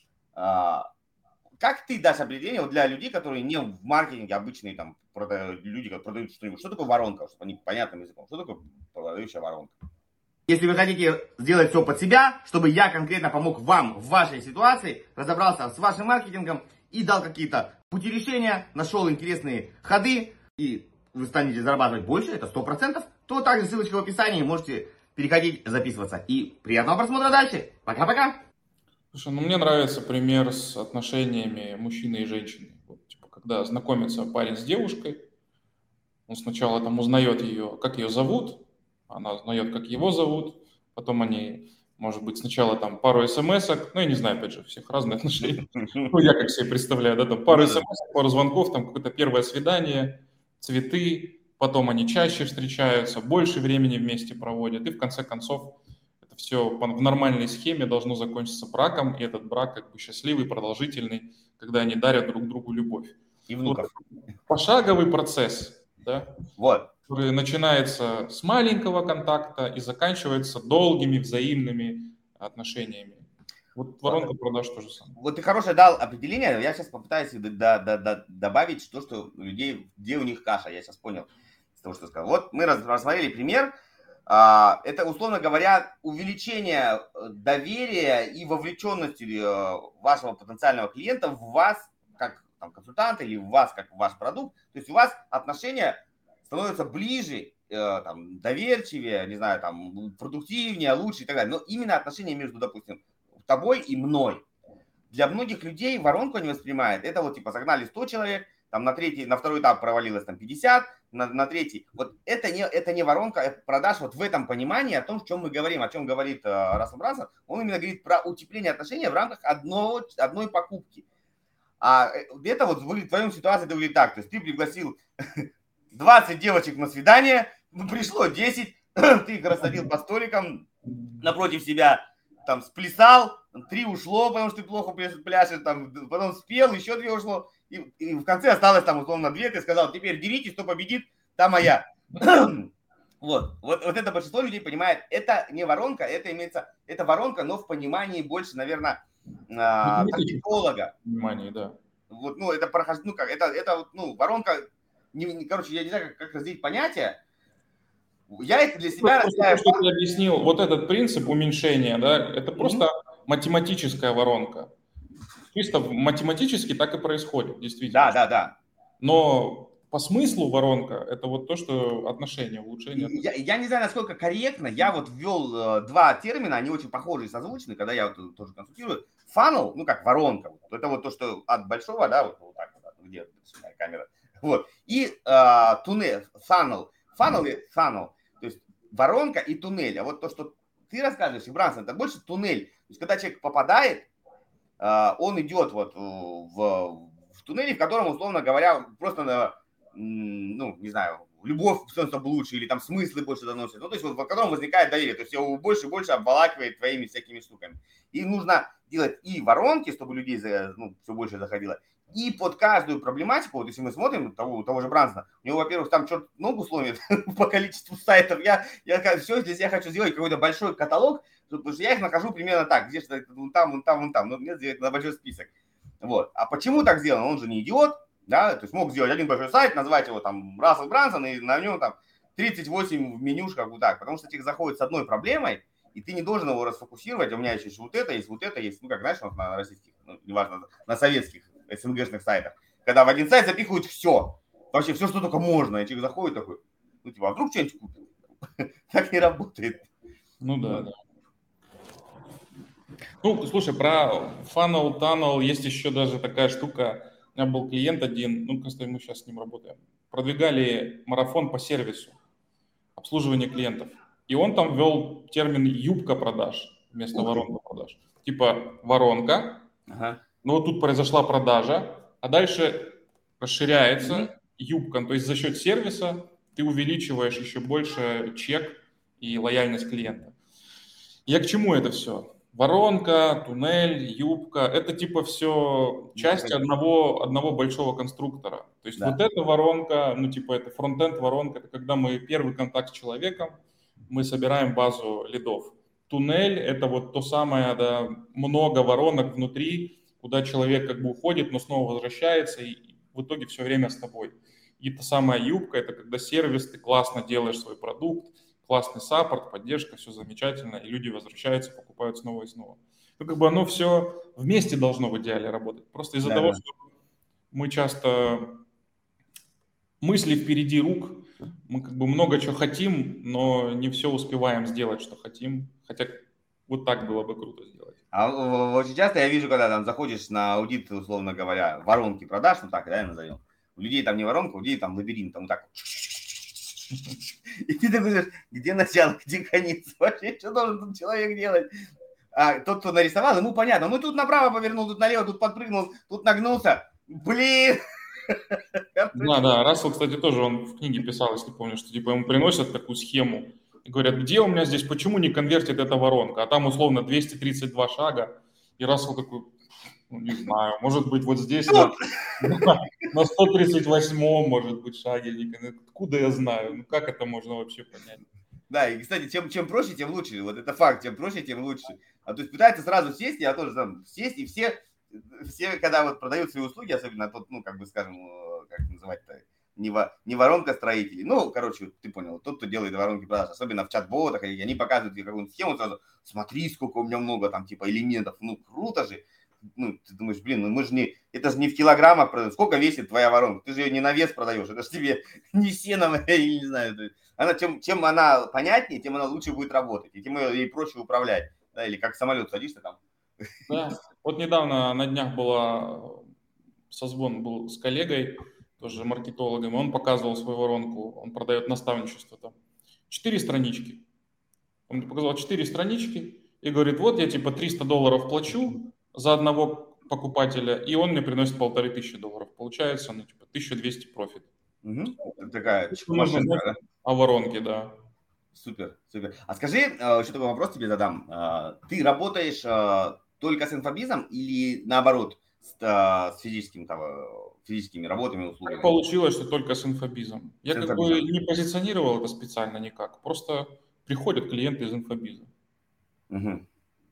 А, как ты дашь определение вот для людей, которые не в маркетинге, обычные там продают, люди, которые продают что-нибудь, что такое воронка, чтобы они понятным языком, что такое продающая воронка? Если вы хотите сделать все под себя, чтобы я конкретно помог вам в вашей ситуации, разобрался с вашим маркетингом и дал какие-то пути решения, нашел интересные ходы, и вы станете зарабатывать больше, это сто процентов, то также ссылочка в описании, можете переходить, записываться. И приятного просмотра дальше. Пока-пока. Слушай, ну мне нравится пример с отношениями мужчины и женщины. Вот, типа, когда знакомится парень с девушкой, он сначала там узнает ее, как ее зовут, она узнает, как его зовут, потом они, может быть, сначала там пару смс-ок, ну, я не знаю, опять же, у всех разные отношения, ну, я как себе представляю, да, там пару смс-ок, пару звонков, там какое-то первое свидание, цветы, потом они чаще встречаются, больше времени вместе проводят, и в конце концов это все в нормальной схеме должно закончиться браком, и этот брак как бы счастливый, продолжительный, когда они дарят друг другу любовь. И внуков. Вот, пошаговый процесс, да? Вот. Который начинается с маленького контакта и заканчивается долгими взаимными отношениями. Вот воронка вот. Продаж то же самое. Вот ты хорошее дал определение, я сейчас попытаюсь до, до, до, добавить то, что у людей, где у них каша, я сейчас понял с того, что сказал. Вот мы рассмотрели пример, это, условно говоря, увеличение доверия и вовлеченности вашего потенциального клиента в вас как там, консультанта или в вас как в ваш продукт, то есть у вас отношения становятся ближе, э, там, доверчивее, не знаю, там, продуктивнее, лучше и так далее. Но именно отношения между, допустим, тобой и мной. Для многих людей воронку они воспринимают. Это вот типа загнали сто человек, там на третий, на второй этап провалилось там пятьдесят, на, на третий. Вот это не, это не воронка, это продаж вот в этом понимании о том, о чем мы говорим, о чем говорит э, Рассел Брансон. Он именно говорит про утепление отношений в рамках одного, одной покупки. А это вот выглядит, в твоем ситуации это выглядит так. То есть ты пригласил двадцать девочек на свидание, пришло десять, ты их рассадил по столикам напротив себя, там сплясал, три ушло, потому что ты плохо пляшешь, там, потом спел, еще две ушло, и, и в конце осталось там условно две, ты сказал, теперь деритесь, кто победит, та моя. Вот, вот, вот это большинство людей понимает, это не воронка, это имеется, это воронка, но в понимании больше, наверное, таргетолога. Внимание, да. Вот, ну, это прохождение, ну, как, это, это, ну, воронка. Не, не, короче, я не знаю, как, как разделить понятия. Я их для себя разделяю. Что ты объяснил, вот этот принцип уменьшения, да, это просто mm-hmm. математическая воронка. Чисто математически так и происходит, действительно. Да, да, да. Но по смыслу воронка – это вот то, что отношения, улучшение. Я, я не знаю, насколько корректно. Я вот ввел э, два термина, они очень похожи и созвучны, когда я вот тоже консультирую. Funnel, ну как воронка, это вот то, что от большого, да, вот, вот так вот, где камера. Вот. И э, туннель, funnel, funnel и funnel, то есть воронка и туннель. А вот то, что ты рассказываешь, и Брансон, это больше туннель. То есть когда человек попадает, э, он идет вот в, в туннеле, в котором, условно говоря, просто, на, ну, не знаю, любовь становится лучше или там смыслы больше доносят. Ну, то есть вот, в котором возникает доверие. То есть его больше и больше обволакивает твоими всякими штуками. И нужно делать и воронки, чтобы людей ну, все больше заходило, и под каждую проблематику, вот если мы смотрим того, того же Брансона, у него, во-первых, там черт ногу сломит по количеству сайтов. Я, я все здесь я хочу сделать какой-то большой каталог, потому что я их нахожу примерно так, где что-то вон там, вон там, вон там. Но мне сделать на большой список. Вот. А почему так сделано? Он же не идиот, да, то есть мог сделать один большой сайт, назвать его там Рассел Брансон, и на нем там тридцать восемь в менюшках вот так, потому что человек заходит с одной проблемой, и ты не должен его расфокусировать. У меня еще вот это есть, вот это есть, ну как, знаешь, вот на российских, ну, неважно, на советских СНГшных сайтах, когда в один сайт запихивают все, вообще все, что только можно, и человек заходит такой, ну типа, а вдруг что-нибудь купит? Так не работает. Ну да, да. Ну, слушай, про funnel, tunnel есть еще даже такая штука. У меня был клиент один, ну, просто мы сейчас с ним работаем продвигали марафон по сервису, обслуживания клиентов. И он там ввел термин «юбка продаж» вместо воронка продаж. Типа воронка, ага. но вот тут произошла продажа, а дальше расширяется mm-hmm. юбка. То есть за счет сервиса ты увеличиваешь еще больше чек и лояльность клиента. Я к чему это все? Воронка, туннель, юбка – это типа все часть одного, одного большого конструктора. То есть да. вот эта воронка, ну типа это фронтенд воронка, это когда мы первый контакт с человеком, мы собираем базу лидов. Туннель – это вот то самое, да, много воронок внутри, куда человек как бы уходит, но снова возвращается и в итоге все время с тобой. И та самая юбка – это когда сервис, ты классно делаешь свой продукт, классный саппорт, поддержка, все замечательно, и люди возвращаются, покупают снова и снова. Ну, как бы оно все вместе должно в идеале работать. Просто из-за да, того, да. что мы часто мысли впереди рук, мы как бы много чего хотим, но не все успеваем сделать, что хотим. Хотя вот так было бы круто сделать. А очень часто я вижу, когда там заходишь на аудит, условно говоря, воронки продаж, ну так, да, назовем. У людей там не воронка, у людей там лабиринт, там вот так. И ты такой говоришь, где начало, где конец? Вообще, что должен тут человек делать? А тот, кто нарисовал, ему понятно. Ну, тут направо повернул, тут налево, тут подпрыгнул, тут нагнулся. Блин! Да, да, Рассел, кстати, тоже он в книге писал, если помнишь, что типа ему приносят такую схему и говорят, где у меня здесь, почему не конвертит эта воронка? А там условно двести тридцать два шага. И Рассел такой, ну, не знаю, может быть, вот здесь на, на сто тридцать восьмом, может быть, шаге. Откуда я знаю? Ну, как это можно вообще понять? Да, и, кстати, чем, чем проще, тем лучше. Вот это факт, чем проще, тем лучше. А то есть пытаются сразу сесть, я тоже там сесть, и все, все, когда вот продают свои услуги, особенно тот, ну, как бы, скажем, как называть-то, не, во, не воронка строителей. Ну, короче, ты понял, тот, кто делает воронки продаж, особенно в чат-ботах, они показывают тебе какую-нибудь схему сразу, смотри, сколько у меня много там, типа, элементов, ну, круто же. Ну, ты думаешь, блин, ну мы же не, это же не в килограммах продаем. Сколько весит твоя воронка? Ты же ее не на вес продаешь, это же тебе не сеном, я не знаю. Она, чем, чем она понятнее, тем она лучше будет работать, и тем ей проще управлять. Да, или как самолет садишься там. Да, вот недавно на днях была созвон был с коллегой, тоже маркетологом, и он показывал свою воронку, он продает наставничество там. Четыре странички. Он показал четыре странички и говорит, вот я типа триста долларов плачу за одного покупателя, и он мне приносит полторы тысячи долларов. Получается, ну, типа, тысяча двести профит. Угу. Такая машинка, да? О воронке, да. Супер, супер. А скажи, еще такой вопрос тебе задам. Ты работаешь только с инфобизом или, наоборот, с, с физическим, там, физическими работами, услугами? Так получилось, что только с инфобизом. Я как бы не позиционировал это специально никак. Просто приходят клиенты из инфобиза. Угу.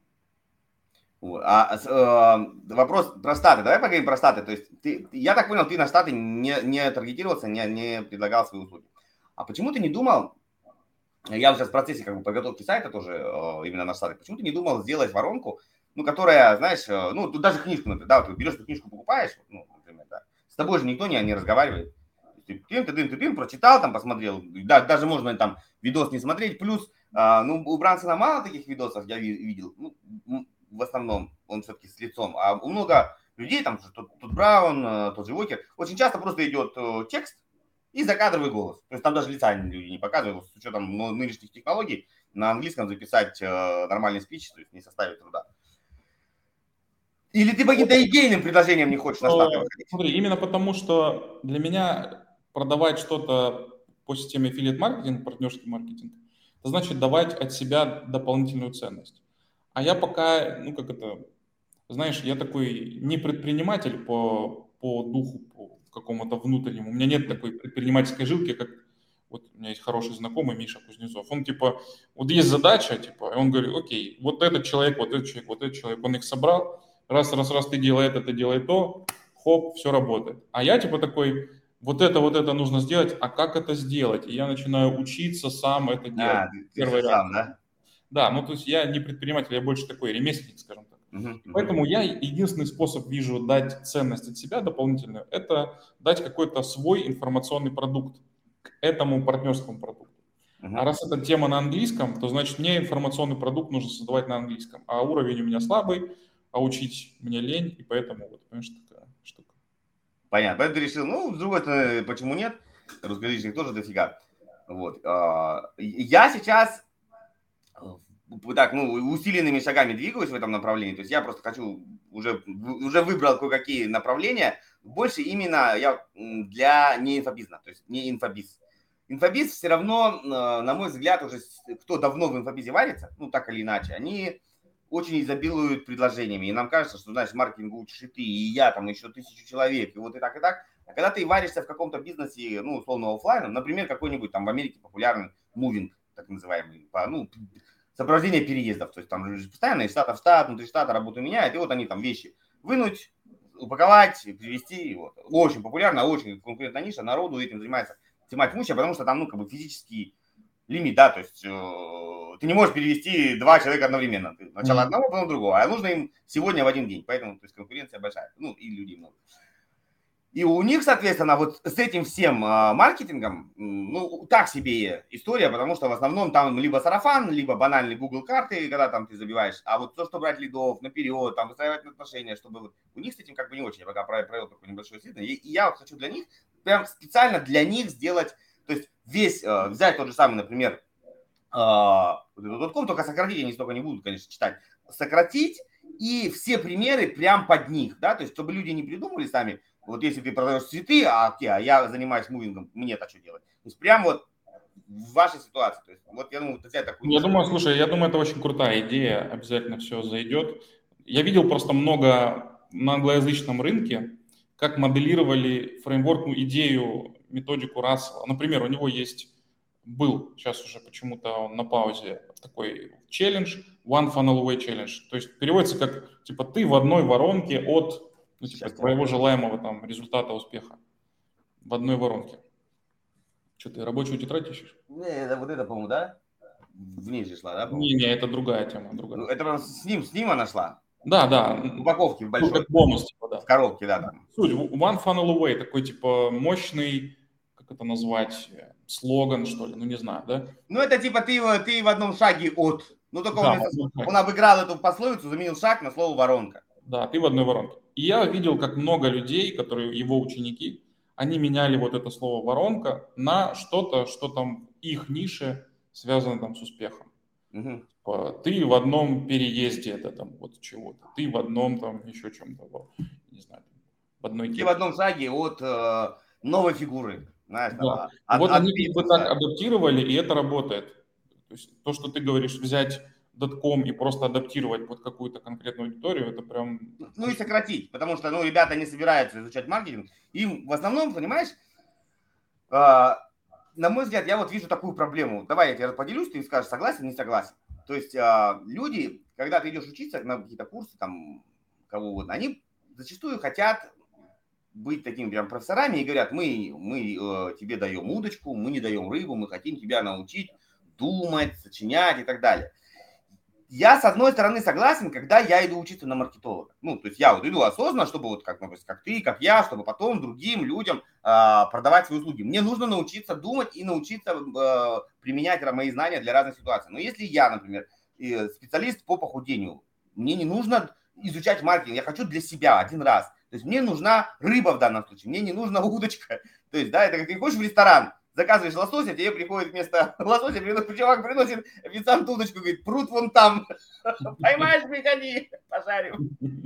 А, э, вопрос про статы. Давай поговорим про статы. То есть ты, я так понял, ты на статы не, не таргетировался, не, не предлагал свои услуги. А почему ты не думал, я сейчас в процессе как бы подготовки сайта тоже э, именно на статы, почему ты не думал сделать воронку, ну, которая, знаешь, э, ну, тут даже книжку, например, да, вот ты берешь эту книжку, покупаешь, ну, например, да, с тобой же никто не, не разговаривает. Ты тын, ты, ты, ты, прочитал, там, посмотрел, да, даже можно там видос не смотреть, плюс, э, ну, у Брансона мало таких видосов я видел, ну, в основном он все-таки с лицом, а у много людей, там, тот, тот Браун, тот же Уокер, очень часто просто идет текст и закадровый голос. То есть там даже лица люди не показывают, с учетом нынешних технологий, на английском записать нормальный спич, то есть не составит труда. Или ты по каким-то идейным предложениям не хочешь на статы выходить? Смотри, именно потому, что для меня продавать что-то по системе аффилиат-маркетинг, партнерский маркетинг, это значит давать от себя дополнительную ценность. А я пока, ну как это, знаешь, я такой не предприниматель по, по духу, по какому-то внутреннему. У меня нет такой предпринимательской жилки, как вот у меня есть хороший знакомый Миша Кузнецов. Он типа, вот есть задача, типа, и он говорит, окей, вот этот человек, вот этот человек, вот этот человек, он их собрал, раз, раз, раз ты делай это, ты делай то, хоп, все работает. А я типа такой, вот это, вот это нужно сделать, а как это сделать? И я начинаю учиться сам это делать. А, первый раз. Сам, да? Да, ну то есть я не предприниматель, я больше такой ремесленник, скажем так. Uh-huh, uh-huh. Поэтому я единственный способ вижу дать ценность от себя дополнительную, это дать какой-то свой информационный продукт к этому партнерскому продукту. Uh-huh. А раз эта тема на английском, то значит мне информационный продукт нужно создавать на английском. А уровень у меня слабый, а учить мне лень, и поэтому вот, понимаешь, такая штука. Понятно, поэтому ты решил, ну, с другой стороны, почему нет? русскоязычных тоже дофига. Вот. Я сейчас так, ну, усиленными шагами двигаюсь в этом направлении. То есть я просто хочу, уже, уже выбрал кое-какие направления. Больше именно я для не инфобизна, то есть не инфобиз. Инфобиз все равно, на мой взгляд, уже кто давно в инфобизе варится, ну так или иначе, они очень изобилуют предложениями. И нам кажется, что, знаешь, маркетинг учишь и ты, и я, там еще тысячу человек, и вот и так, и так. А когда ты варишься в каком-то бизнесе, ну, условно, офлайна, например, какой-нибудь там в Америке популярный мувинг, так называемый, ну, сопровождение переездов. То есть там же постоянно из штата в штат, внутри штата работу меняют, и вот они там вещи вынуть, упаковать, привезти. Вот. Очень популярно, очень конкурентная ниша, народу этим занимается тьма тьмущая, потому что там, ну, как бы физический лимит, да, то есть э, ты не можешь перевести два человека одновременно. Ты сначала mm-hmm. одного, потом другого, а нужно им сегодня в один день, поэтому, то есть, конкуренция большая, ну, и людей много. И у них, соответственно, вот с этим всем э, маркетингом, ну, так себе история, потому что в основном там либо сарафан, либо банальные Google карты, когда там ты забиваешь, а вот то, что брать лидов наперед, там, выстраивать отношения, чтобы вот, у них с этим как бы не очень, я пока провел такое небольшое исследование, и, и я вот хочу для них, прям специально для них сделать, то есть весь, э, взять тот же самый, например, э, .com, только сократить, они столько не будут, конечно, читать, сократить и все примеры прям под них, да, то есть чтобы люди не придумали сами. Вот если ты продаешь цветы, а, окей, а я занимаюсь мувингом, мне-то что делать? То есть прям вот в вашей ситуации. То есть, вот я думаю, вот взять такую... Я думаю, слушай, я думаю, это очень крутая идея, обязательно все зайдет. Я видел просто много на англоязычном рынке, как моделировали фреймворк, ну, идею, методику Рассела. Например, у него есть, был, сейчас уже почему-то он на паузе, такой челлендж, One Funnel Away Challenge. То есть переводится как, типа, ты в одной воронке от... Ну, типа, твоего желаемого там результата успеха в одной воронке. Что, ты рабочую тетрадь ищешь? Не, это вот это, по-моему, да? Вниз шла, да? Не, не, это другая тема. Другая. Ну, это с ним, с ним она шла? Да, да. В упаковке в большой. Ну, как бонус, типа, да. В коробке, да. Там. Суть, One Funnel Away, такой, типа, мощный, как это назвать, слоган, что ли, ну, не знаю, да? Ну, это, типа, ты, ты в одном шаге от. Ну, только да, он, он обыграл эту пословицу, заменил шаг на слово воронка. Да, ты в одной воронке. И я видел, как много людей, которые его ученики, они меняли вот это слово воронка на что-то, что там в их нише связано там с успехом. Угу. Ты в одном переезде, это там вот чего-то, ты в одном там еще чем-то, не знаю, в одной Ты в одном шаге от э, новой фигуры. Знаешь, да. там, от, вот от они как бы так адаптировали, и это работает. То есть то, что ты говоришь, взять .com и просто адаптировать под какую-то конкретную аудиторию, это прям... Ну и сократить, потому что, ну, ребята не собираются изучать маркетинг. Им в основном, понимаешь, э, на мой взгляд, я вот вижу такую проблему. Давай я тебе поделюсь, ты скажешь, согласен, не согласен. То есть э, люди, когда ты идешь учиться на какие-то курсы, там, кого угодно, они зачастую хотят быть такими прям профессорами и говорят, мы, мы э, тебе даем удочку, мы не даем рыбу, мы хотим тебя научить думать, сочинять и так далее. Я, с одной стороны, согласен, когда я иду учиться на маркетолога. Ну, то есть я вот иду осознанно, чтобы вот как, как ты, как я, чтобы потом другим людям э, продавать свои услуги. Мне нужно научиться думать и научиться э, применять мои знания для разных ситуаций. Но если я, например, специалист по похудению, мне не нужно изучать маркетинг, я хочу для себя один раз. То есть мне нужна рыба в данном случае, мне не нужна удочка. То есть, да, это как ты ходишь в ресторан, заказываешь лосося, тебе приходит вместо лосося, приносит, чувак приносит официант удочку, говорит, пруд вон там, поймаешь, приходи, пожарим.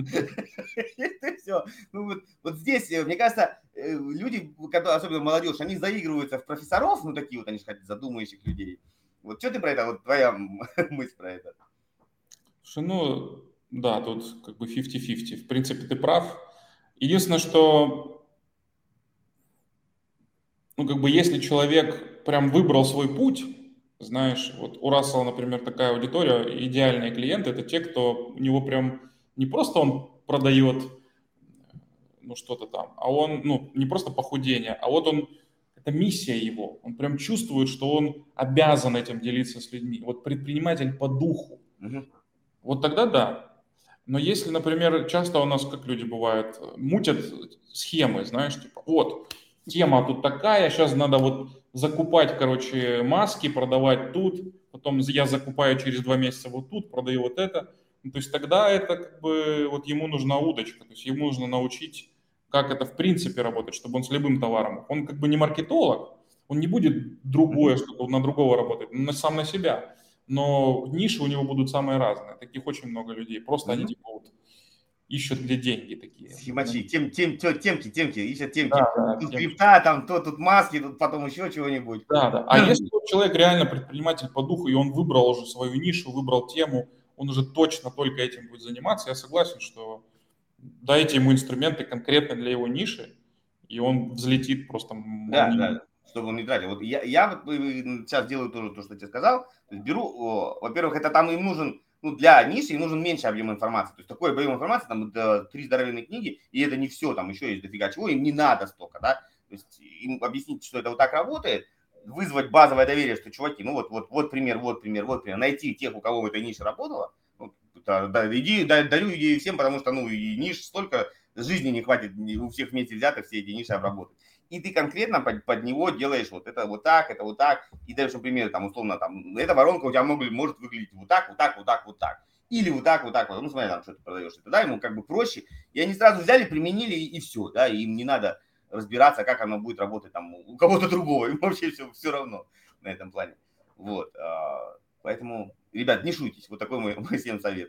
Это все. Ну, вот, вот здесь, мне кажется, люди, особенно молодежь, они заигрываются в профессоров, ну такие вот, они же хотят задумающих людей. Вот что ты про это, вот твоя мысль про это? Слушай, ну, да, тут как бы пятьдесят на пятьдесят. В принципе, ты прав. Единственное, что ну, как бы, если человек прям выбрал свой путь, знаешь, вот у Рассела, например, такая аудитория, идеальные клиенты, это те, кто у него прям не просто он продает, ну, что-то там, а он, ну, не просто похудение, а вот он, это миссия его, он прям чувствует, что он обязан этим делиться с людьми, вот предприниматель по духу, угу. Вот тогда да. Но если, например, часто у нас, как люди бывают, мутят схемы, знаешь, типа, вот, тема тут такая, сейчас надо вот закупать, короче, маски, продавать тут, потом я закупаю через два месяца вот тут, продаю вот это. Ну, то есть тогда это как бы вот ему нужна удочка, то есть ему нужно научить, как это в принципе работает, чтобы он с любым товаром. Он как бы не маркетолог, он не будет другое, что-то на другого работать, он сам на себя. Но ниши у него будут самые разные. Таких очень много людей. Просто mm-hmm. они типа вот ищут где деньги такие. Схемачи, тем, тем, тем, темки, темки, ищут темки. Да, да, тут темки. Крипта, там то, тут маски, тут потом еще чего-нибудь. Да, да. А если человек реально предприниматель по духу, и он выбрал уже свою нишу, выбрал тему, он уже точно только этим будет заниматься, я согласен, что дайте ему инструменты конкретно для его ниши, и он взлетит просто. Да, да, чтобы он не тратил. Вот я, я вот сейчас делаю тоже то, что я тебе сказал. То есть беру, о, во-первых, это там им нужен, ну, для ниши им нужен меньше объем информации. То есть такой объем информации, там три здоровенные книги, и это не все, там еще есть дофига чего, им не надо столько, да. То есть им объяснить, что это вот так работает, вызвать базовое доверие, что, чуваки, ну вот, вот, вот пример, вот пример, вот пример, найти тех, у кого в этой нише работало. Ну, да, да, иди, да, дарю идею всем, потому что, ну, и ниш столько, жизни не хватит у всех вместе взятых все эти ниши обработать. И ты конкретно под, под него делаешь вот это вот так, это вот так, и даешь, например, там, условно, там, эта воронка у тебя может, может выглядеть вот так, вот так, вот так, вот так. Или вот так, вот так, вот, ну, смотри, там, что ты продаешь. И тогда ему как бы проще. И они сразу взяли, применили, и, и все, да, и им не надо разбираться, как оно будет работать там у кого-то другого. Им вообще все, все равно на этом плане. Вот, поэтому, ребят, не шуйтесь. Вот такой мой, мой всем совет.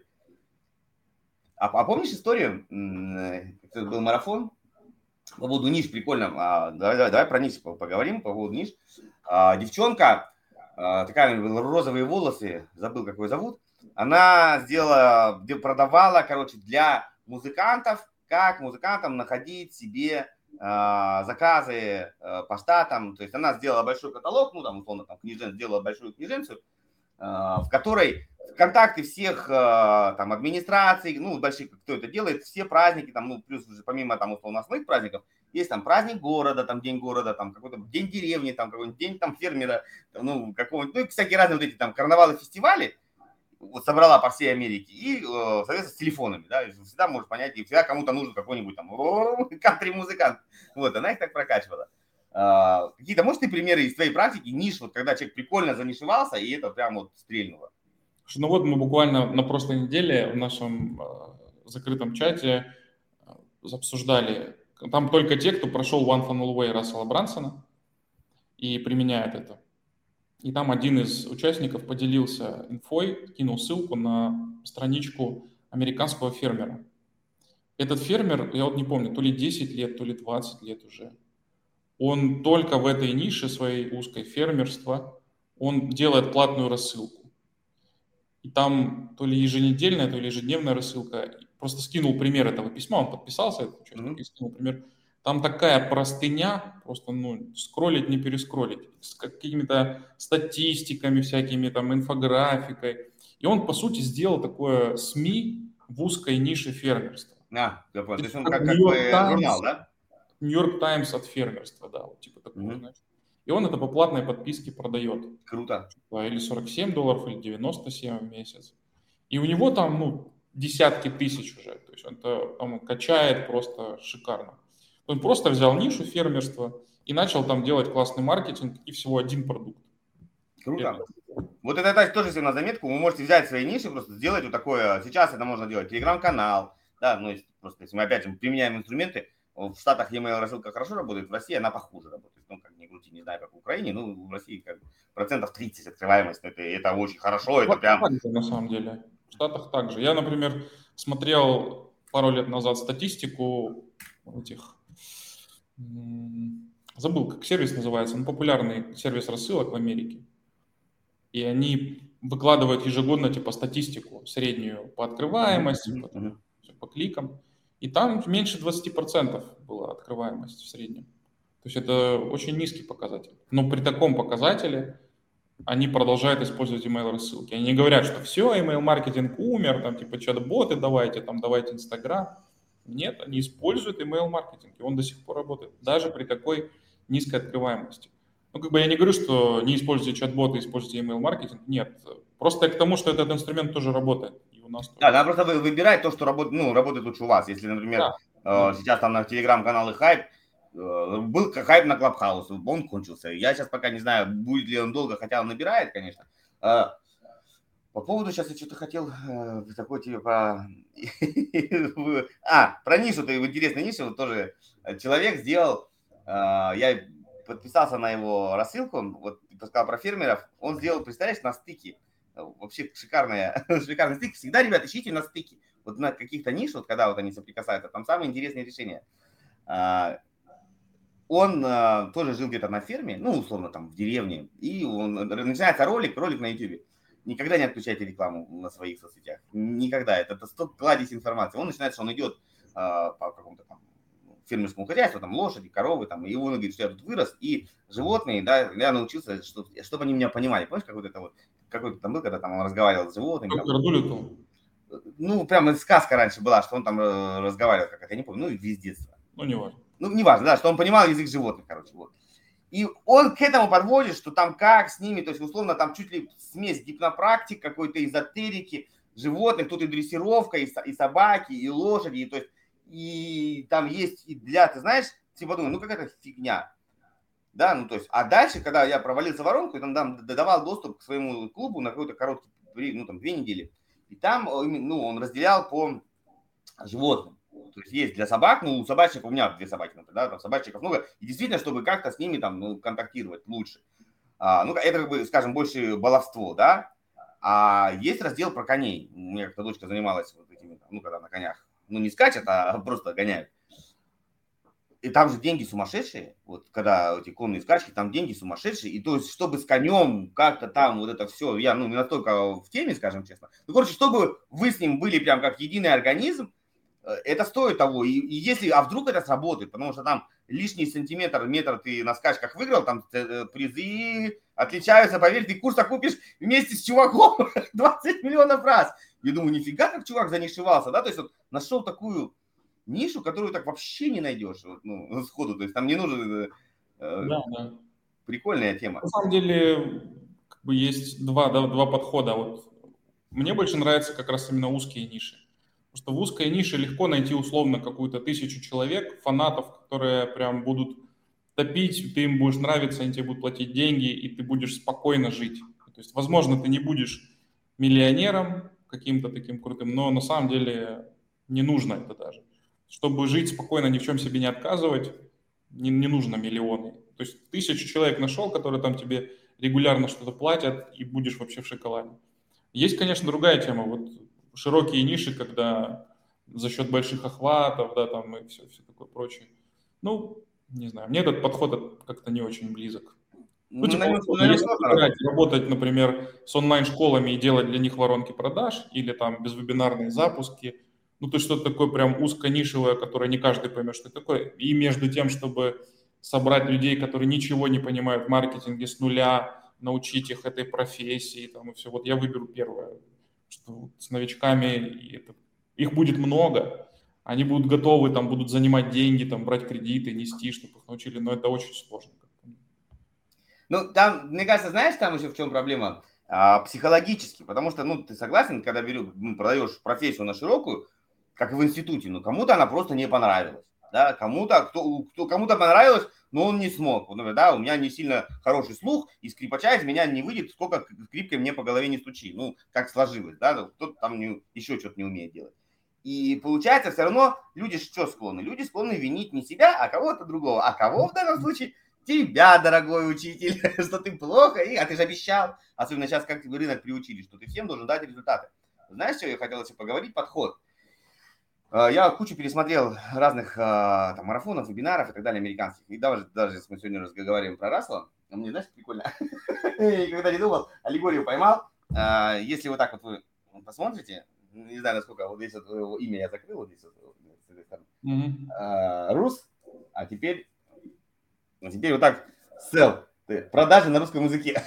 А, а помнишь историю, это был марафон? По поводу ниш, прикольно. А, давай, давай, давай про ниш поговорим, по поводу ниш. А, девчонка, а, такая у нее была розовые волосы, забыл, как ее зовут. Она сделала, продавала, короче, для музыкантов, как музыкантам находить себе а, заказы а, по штатам. То есть она сделала большой каталог, ну, там, условно, там, книжен, сделала большую книженцию, а, в которой контакты всех там администраций, ну, больших, кто это делает, все праздники, там, ну, плюс уже помимо там условно основных праздников, есть там праздник города, там, день города, там, какой-то день деревни, там, какой-нибудь день там фермера, там, ну, какого-нибудь, ну, и всякие разные вот эти там карнавалы, фестивали, вот собрала по всей Америке, и, соответственно, с телефонами, да, и всегда можешь понять, и всегда кому-то нужен какой-нибудь там кантри-музыкант, вот, она их так прокачивала. Какие-то, может, ты примеры из твоей практики, ниш, вот, когда человек прикольно занишевался, и это прям вот стрельнуло? Ну вот мы буквально на прошлой неделе в нашем э, закрытом чате обсуждали, там только те, кто прошел One Funnel Way Рассела Брансона и применяет это. И там один из участников поделился инфой, кинул ссылку на страничку американского фермера. Этот фермер, я вот не помню, то ли десять лет, то ли двадцать лет уже. Он только в этой нише своей узкой фермерства, он делает платную рассылку. И там то ли еженедельная, то ли ежедневная рассылка. Просто скинул пример этого письма, он подписался, этот участник, mm-hmm. и скинул пример. Там такая простыня, просто, ну, скроллить, не перескроллить, с какими-то статистиками всякими, там, инфографикой. И он, по сути, сделал такое СМИ в узкой нише фермерства. А, я понял. То есть он как, как бы журнал, да? Нью-Йорк Таймс от фермерства, да, вот типа такого, mm-hmm. знаешь. И он это по платной подписке продает. Круто. Или сорок семь долларов, или девяносто семь в месяц. И у него там, ну, десятки тысяч уже. То есть он, -то, он качает просто шикарно. Он просто взял нишу фермерства и начал там делать классный маркетинг и всего один продукт. Круто. Это... Вот это, это тоже себе на заметку. Вы можете взять свои ниши, просто сделать вот такое. Сейчас это можно делать. Телеграм-канал. Да, ну, если, просто, если мы опять же применяем инструменты. В Штатах e-mail рассылка хорошо работает, в России она похуже работает. Ну, как ни крути, не знаю, как в Украине, ну, в России как процентов тридцать открываемость. Это, это очень хорошо, это прям... На самом деле, в Штатах также. Я, например, смотрел пару лет назад статистику этих... Забыл, как сервис называется, ну, популярный сервис рассылок в Америке. И они выкладывают ежегодно, типа, статистику среднюю по открываемости, mm-hmm. по, по кликам. И там меньше двадцать процентов была открываемость в среднем. То есть это очень низкий показатель. Но при таком показателе они продолжают использовать email-рассылки. Они не говорят, что все, email-маркетинг умер, там типа чат-боты давайте, там давайте Инстаграм. Нет, они используют email-маркетинг, и он до сих пор работает, даже при такой низкой открываемости. Ну, как бы я не говорю, что не используйте чат-боты, используйте email-маркетинг. Нет, просто я к тому, что этот инструмент тоже работает. У нас да, надо просто выбирать то, что работает, ну, работает лучше у вас. Если, например, да. э, сейчас там на телеграм-каналы хайп, э, был хайп на Клабхаус, он кончился. Я сейчас пока не знаю, будет ли он долго, хотя он набирает, конечно. Э, По поводу, сейчас я что-то хотел э, такой тебе про... а, про нишу, ты в интересной нише, вот тоже человек сделал, э, я подписался на его рассылку, вот ты сказал про фермеров, он сделал, представляешь, на стыке, вообще шикарная, шикарный стык, всегда, ребят, ищите на стыке, вот на каких-то ниш, вот когда вот они соприкасаются, там самые интересные решения. Э, он э, тоже жил где-то на ферме, ну, условно, там, в деревне, и он, начинается ролик, ролик на ютубе. Никогда не отключайте рекламу на своих соцсетях. Никогда. Это, это стоп кладезь информации. Он начинает, что он идет э, по какому-то там фермерскому хозяйству, там лошади, коровы, там, и он говорит, что я тут вырос, и животные, да, я научился, что, чтобы они меня понимали. Помнишь, как вот это вот, какой-то там был, когда там он разговаривал с животными. Там, ну, прям сказка раньше была, что он там разговаривал, как это, я не помню, ну, из детства. Ну, не важно. Ну, не важно, да, что он понимал язык животных, короче, вот. И он к этому подводит, что там как с ними, то есть условно там чуть ли смесь гипнопрактик, какой-то эзотерики, животных, тут и дрессировка, и, и собаки, и лошади, и, то есть, и там есть и для, ты знаешь, типа думаю, ну какая-то фигня, да, ну то есть, а дальше, когда я провалился в воронку, и там, там давал доступ к своему клубу на какой-то короткий, ну там две недели, и там, ну, он разделял по животным. То есть есть для собак, ну, у собачников, у меня две собаки, например, да, там собачников много, и действительно, чтобы как-то с ними там, ну, контактировать лучше. А, ну, это, как бы, скажем, больше баловство, да, а есть раздел про коней. У меня как-то дочка занималась вот этими, ну, когда на конях, ну, не скачет, а просто гоняют. И там же деньги сумасшедшие, вот, когда эти конные скачки, там деньги сумасшедшие, и то есть, чтобы с конем как-то там вот это все, я, ну, не настолько в теме, скажем честно, ну, короче, чтобы вы с ним были прям как единый организм, это стоит того, и, и если, а вдруг это сработает, потому что там лишний сантиметр, метр ты на скачках выиграл, там призы отличаются, поверь, ты курс окупишь вместе с чуваком двадцать миллионов раз. Я думаю, нифига как чувак за них шивался, да, то есть вот нашел такую нишу, которую так вообще не найдешь, вот, ну, сходу, то есть там не нужно, э, да, да. Прикольная тема. На самом деле, как бы есть два, да, два подхода, вот мне больше нравятся как раз именно узкие ниши. Потому что в узкой нише легко найти условно какую-то тысячу человек, фанатов, которые прям будут топить, ты им будешь нравиться, они тебе будут платить деньги, и ты будешь спокойно жить. То есть, возможно, ты не будешь миллионером каким-то таким крутым, но на самом деле не нужно это даже. Чтобы жить спокойно, ни в чем себе не отказывать, не, не нужно миллионы. То есть тысячу человек нашел, которые там тебе регулярно что-то платят, и будешь вообще в шоколаде. Есть, конечно, другая тема, вот широкие ниши, когда за счет больших охватов, да, там и все, все такое прочее. Ну, не знаю, мне этот подход как-то не очень близок. Ну, ну типа, наверное, вот, наверное, если работать. работать, например, с онлайн-школами и делать для них воронки продаж или там безвебинарные запуски, ну, то есть что-то такое прям узконишевое, которое не каждый поймет, что это такое. И между тем, чтобы собрать людей, которые ничего не понимают в маркетинге с нуля, научить их этой профессии, там, и все. Вот я выберу первое, что с новичками и это, их будет много, они будут готовы, там, будут занимать деньги, там, брать кредиты, нести, чтобы их научили, но это очень сложно. Ну, там, мне кажется, знаешь, там еще в чем проблема? А, психологически, потому что, ну, ты согласен, когда берешь, ну, продаешь профессию на широкую, как и в институте, ну, кому-то она просто не понравилась, да, кому-то, кто, кто, кому-то понравилось, но он не смог, например, да, у меня не сильно хороший слух, и скрипача из меня не выйдет, сколько скрипкой мне по голове не стучи, ну, как сложилось, да, кто-то там не, еще что-то не умеет делать. И получается, все равно люди что склонны? Люди склонны винить не себя, а кого-то другого. А кого в данном случае? Тебя, дорогой учитель, что ты плохо, и, а ты же обещал. Особенно сейчас, как рынок приучили, что ты всем должен дать результаты. Знаешь, что я хотел еще поговорить? Подход. Я кучу пересмотрел разных там, марафонов, вебинаров и так далее, американских. И даже, даже если мы сегодня разговариваем про Рассела, мне, знаешь, прикольно. Никогда не думал, аллегорию поймал. Если вот так вот вы посмотрите, не знаю, насколько, вот здесь вот его имя я закрыл, вот здесь вот, с этой стороны. Mm-hmm. Рус, а теперь, а теперь вот так, sell, продажи на русском языке.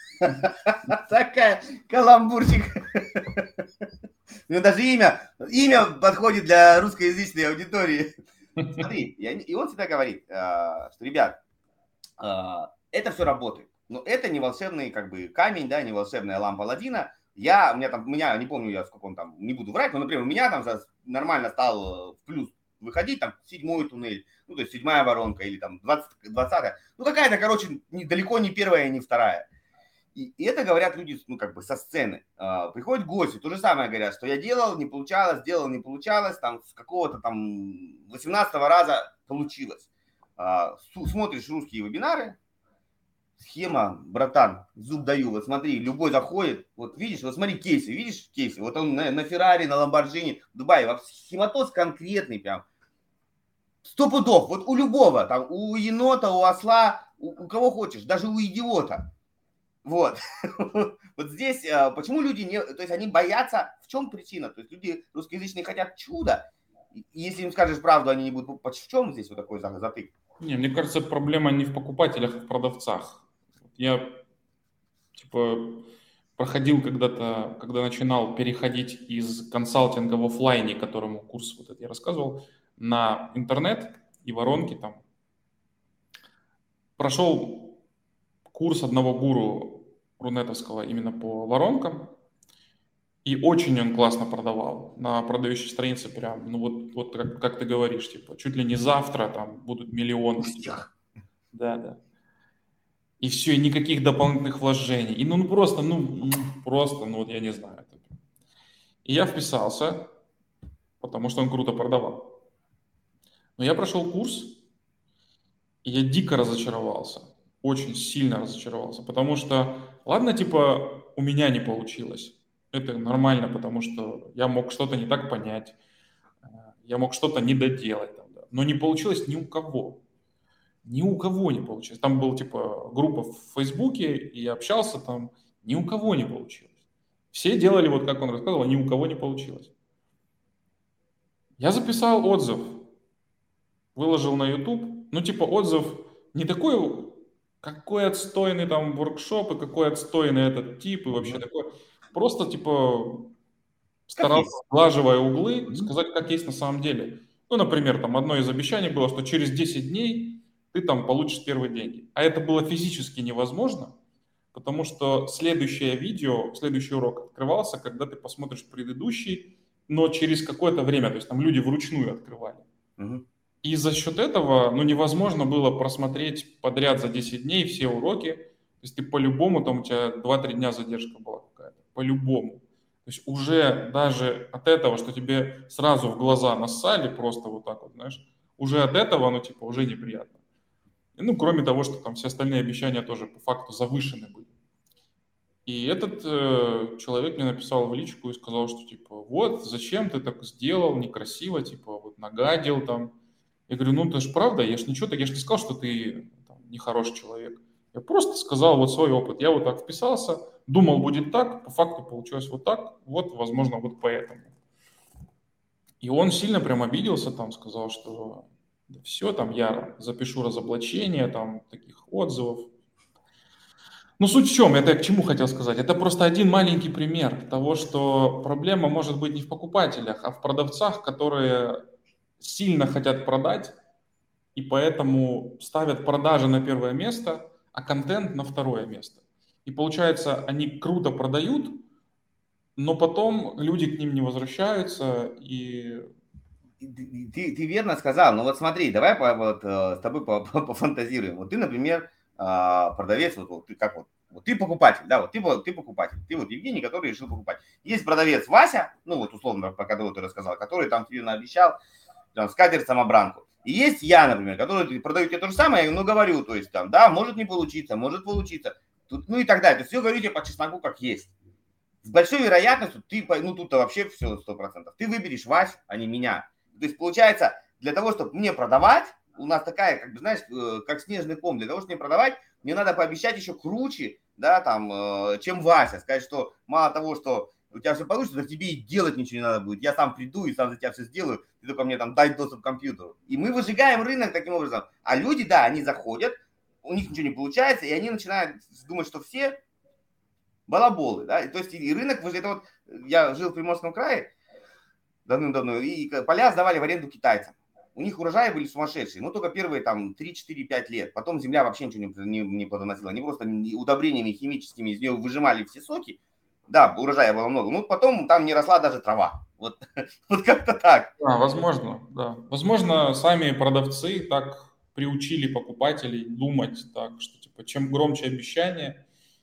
Такая каламбурчик. Ну, даже имя, имя подходит для русскоязычной аудитории. Смотри, и он всегда говорит, что, ребят, это все работает, но это не волшебный как бы камень, да, не волшебная лампа Аладдина. Я, у меня там, у меня, не помню я, сколько он там, не буду врать, но, например, у меня там нормально стал в плюс выходить, там, седьмой туннель, ну, то есть седьмая воронка или там двадцатая, ну, какая-то, короче, не, далеко не первая и не вторая. И, и это говорят люди, ну, как бы со сцены. А, приходят гости, то же самое говорят, что я делал, не получалось, делал, не получалось, там, с какого-то там восемнадцатого раза получилось. А, смотришь русские вебинары, схема, братан, зуб даю, вот смотри, любой заходит, вот видишь, вот смотри кейсы, видишь кейсы, вот он на, на Феррари, на Ламборджини, в Дубае, схематоз конкретный прям, сто пудов, вот у любого, там, у енота, у осла, у, у кого хочешь, даже у идиота. Вот. Вот здесь, почему люди не, то есть они боятся, в чем причина? То есть люди русскоязычные хотят чуда, и если им скажешь правду, они не будут, в чем здесь вот такой затык? Не, мне кажется, проблема не в покупателях, а в продавцах. Я, типа, проходил когда-то, когда начинал переходить из консалтинга в офлайне, которому курс вот этот я рассказывал, на интернет и воронки там. Прошел курс одного гуру рунетовского именно по воронкам, и очень он классно продавал. На продающей странице прям, ну вот, вот как, как ты говоришь, типа, чуть ли не завтра там будут миллионы. Да, да. И все, и никаких дополнительных вложений. И ну, ну просто, ну, просто, ну вот я не знаю. И я вписался, потому что он круто продавал. Но я прошел курс, и я дико разочаровался. Очень сильно разочаровался. Потому что, ладно, типа, у меня не получилось. Это нормально, потому что я мог что-то не так понять. Я мог что-то не доделать. Но не получилось ни у кого. Ни у кого не получилось. Там была, типа, группа в Фейсбуке, и я общался там. Ни у кого не получилось. Все делали, вот как он рассказывал, ни у кого не получилось. Я записал отзыв. Выложил на YouTube. Ну, типа, отзыв не такой, какой отстойный там воркшоп, и какой отстойный этот тип, и вообще mm-hmm. такой. Просто, типа, старался, сглаживая углы, mm-hmm. сказать, как есть на самом деле. Ну, например, там одно из обещаний было, что через десять дней ты там получишь первые деньги. А это было физически невозможно, потому что следующее видео, следующий урок открывался, когда ты посмотришь предыдущий, но через какое-то время, то есть там люди вручную открывали. Mm-hmm. И за счет этого, ну, невозможно было просмотреть подряд за десять дней все уроки. То есть ты по-любому, там у тебя два-три дня задержка была какая-то. По-любому. То есть уже даже от этого, что тебе сразу в глаза нассали, просто вот так вот, знаешь, уже от этого, ну, типа, уже неприятно. И, ну, кроме того, что там все остальные обещания тоже по факту завышены были. И этот э, человек мне написал в личку и сказал, что, типа, вот, зачем ты так сделал, некрасиво, типа, вот, нагадил там. Я говорю, ну, это же правда, я же ничего, я же не сказал, что ты там, нехороший человек. Я просто сказал вот свой опыт. Я вот так вписался, думал, будет так, по факту получилось вот так, вот, возможно, вот поэтому. И он сильно прям обиделся, там, сказал, что да все, там, я запишу разоблачение, там, таких отзывов. Ну, суть в чем, это я к чему хотел сказать? Это просто один маленький пример того, что проблема может быть не в покупателях, а в продавцах, которые сильно хотят продать, и поэтому ставят продажи на первое место, а контент на второе место. И получается, они круто продают, но потом люди к ним не возвращаются. И... Ты, ты, ты верно сказал, но вот смотри, давай по, вот, с тобой пофантазируем. Вот ты, например, продавец, вот, вот ты как вот, вот ты покупатель, да, вот ты, ты покупатель, ты вот Евгений, который решил покупать. Есть продавец Вася, ну вот условно, по которому ты рассказал, который там тебе наобещал, там, скатерть-самобранку. И есть я, например, который продаю тебе то же самое, но говорю, то есть там, да, может не получиться, может получиться, тут, ну и так далее. То есть все говорю тебе по чесноку, как есть. С большой вероятностью ты, ну тут-то вообще все сто процентов, ты выберешь Вась, а не меня. То есть получается, для того, чтобы мне продавать, у нас такая, как бы, знаешь, как снежный ком, для того, чтобы мне продавать, мне надо пообещать еще круче, да, там, чем Вася. Сказать, что мало того, что у тебя все получится, так тебе и делать ничего не надо будет. Я сам приду и сам за тебя все сделаю, ты только мне там дай доступ к компьютеру. И мы выжигаем рынок таким образом. А люди, да, они заходят, у них ничего не получается, и они начинают думать, что все балаболы, да. И, то есть и рынок, это вот, я жил в Приморском крае давным-давно, и поля сдавали в аренду китайцам. У них урожаи были сумасшедшие, ну только первые там три-четыре-пять лет. Потом земля вообще ничего не, не, не плодоносила. Они просто удобрениями химическими из нее выжимали все соки. Да, урожая было много. Ну потом там не росла даже трава. Вот, вот как-то так. Да, возможно, да. Возможно, сами продавцы так приучили покупателей думать так, что типа чем громче обещание,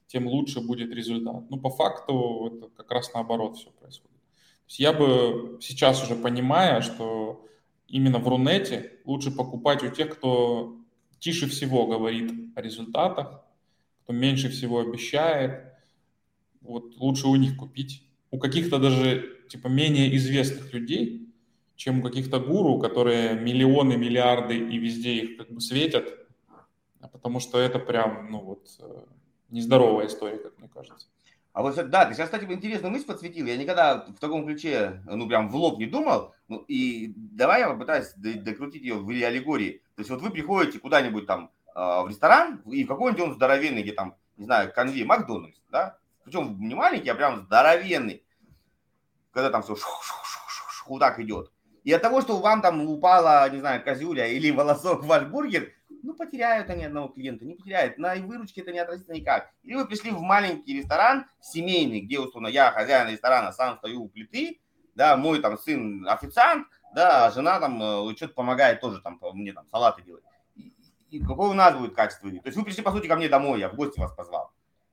тем лучше будет результат. Ну, по факту это как раз наоборот все происходит. То есть я бы сейчас уже понимая, что именно в Рунете лучше покупать у тех, кто тише всего говорит о результатах, кто меньше всего обещает. Вот лучше у них купить. У каких-то даже типа менее известных людей, чем у каких-то гуру, которые миллионы, миллиарды и везде их как бы светят, потому что это прям, ну вот, нездоровая история, как мне кажется. А вот, да, ты сейчас, кстати, интересную мысль подсветил. Я никогда в таком ключе, ну, прям в лоб не думал. Ну, и давай я попытаюсь докрутить ее в аллегории. То есть вот вы приходите куда-нибудь там в ресторан, и в какой-нибудь он здоровенный, где там, не знаю, конвей, Макдональдс, да? Причем не маленький, а прям здоровенный. Когда там все вот так идет. И от того, что вам там упала, не знаю, козюля или волосок в ваш бургер, ну, потеряют они одного клиента, не потеряют. На выручке это не отразится никак. Или вы пришли в маленький ресторан, семейный, где, условно, я хозяин ресторана, сам стою у плиты, да, мой там сын официант, да, жена там что-то помогает тоже там, мне там салаты делать. И, и какое у нас будет качество? То есть вы пришли, по сути, ко мне домой, я в гости вас позвал.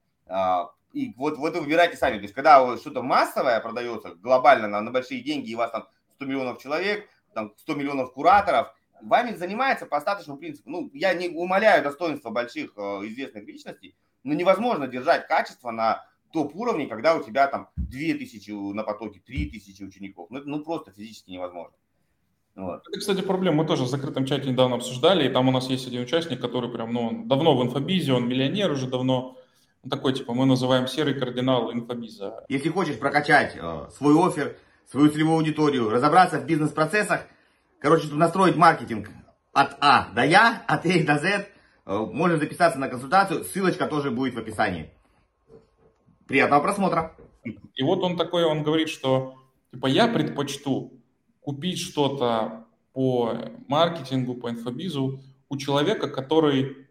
И вот, вот вы выбираете сами. То есть когда что-то массовое продается глобально на, на большие деньги, и у вас там сто миллионов человек, там сто миллионов кураторов, вами занимается по остаточному принципу. Ну, я не умаляю достоинства больших э, известных личностей, но невозможно держать качество на топ-уровне, когда у тебя там две тысячи на потоке, три тысячи учеников. Ну, это ну, просто физически невозможно. Вот. Это, кстати, проблема. Мы тоже в закрытом чате недавно обсуждали, и там у нас есть один участник, который прям, ну, он давно в инфобизе, он миллионер уже давно. Он такой, типа, мы называем серый кардинал инфобиза. Если хочешь прокачать э, свой оффер, свою целевую аудиторию, разобраться в бизнес-процессах, короче, чтобы настроить маркетинг от А до Я, от А до З, можно записаться на консультацию. Ссылочка тоже будет в описании. Приятного просмотра. И вот он такой, он говорит, что типа я предпочту купить что-то по маркетингу, по инфобизу у человека, который,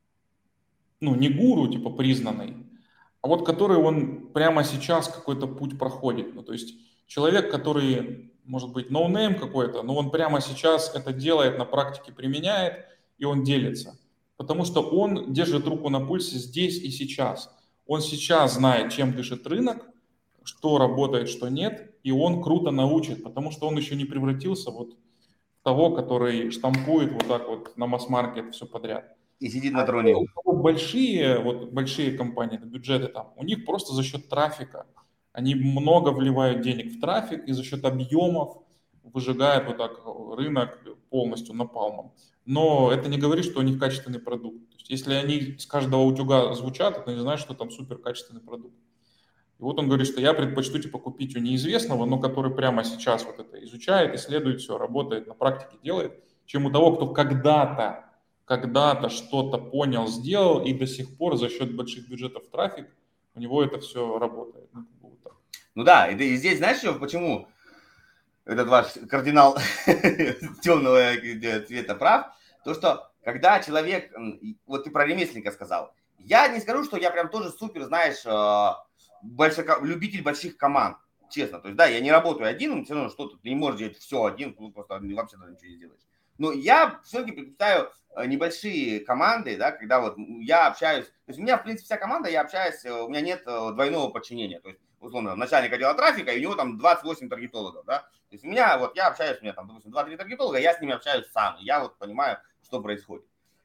ну, не гуру, типа признанный, а вот который он прямо сейчас какой-то путь проходит. Ну, то есть человек, который... может быть, ноунейм какой-то, но он прямо сейчас это делает, на практике применяет, и он делится. Потому что он держит руку на пульсе здесь и сейчас. Он сейчас знает, чем дышит рынок, что работает, что нет, и он круто научит, потому что он еще не превратился вот в того, который штампует вот так вот на масс-маркет все подряд. И сидит на троне. А большие, вот большие компании, бюджеты там, у них просто за счет трафика. Они много вливают денег в трафик и за счет объемов выжигают вот так рынок полностью напалмом. Но это не говорит, что у них качественный продукт. То есть, если они с каждого утюга звучат, это не значит, что там супер качественный продукт. И вот он говорит, что я предпочту типа купить у неизвестного, но который прямо сейчас вот это изучает, исследует все, работает, на практике делает, чем у того, кто когда-то, когда-то что-то понял, сделал, и до сих пор за счет больших бюджетов трафик у него это все работает. Ну да, и здесь знаешь, что, почему этот ваш кардинал темного цвета прав? То, что когда человек, вот ты про ремесленника сказал, я не скажу, что я прям тоже супер, знаешь, большой, любитель больших команд, честно. То есть, да, я не работаю один, все равно что-то, ты не можешь делать все один, ну, просто вообще даже ничего не сделаешь. Но я все-таки предпочитаю небольшие команды, да, когда вот я общаюсь, то есть у меня, в принципе, вся команда, я общаюсь, у меня нет двойного подчинения, то есть, условно, начальник отдела трафика, и у него там двадцать восемь таргетологов, да, то есть у меня, вот я общаюсь, у меня там, допустим, два-три таргетолога, я с ними общаюсь сам, я вот понимаю, что происходит.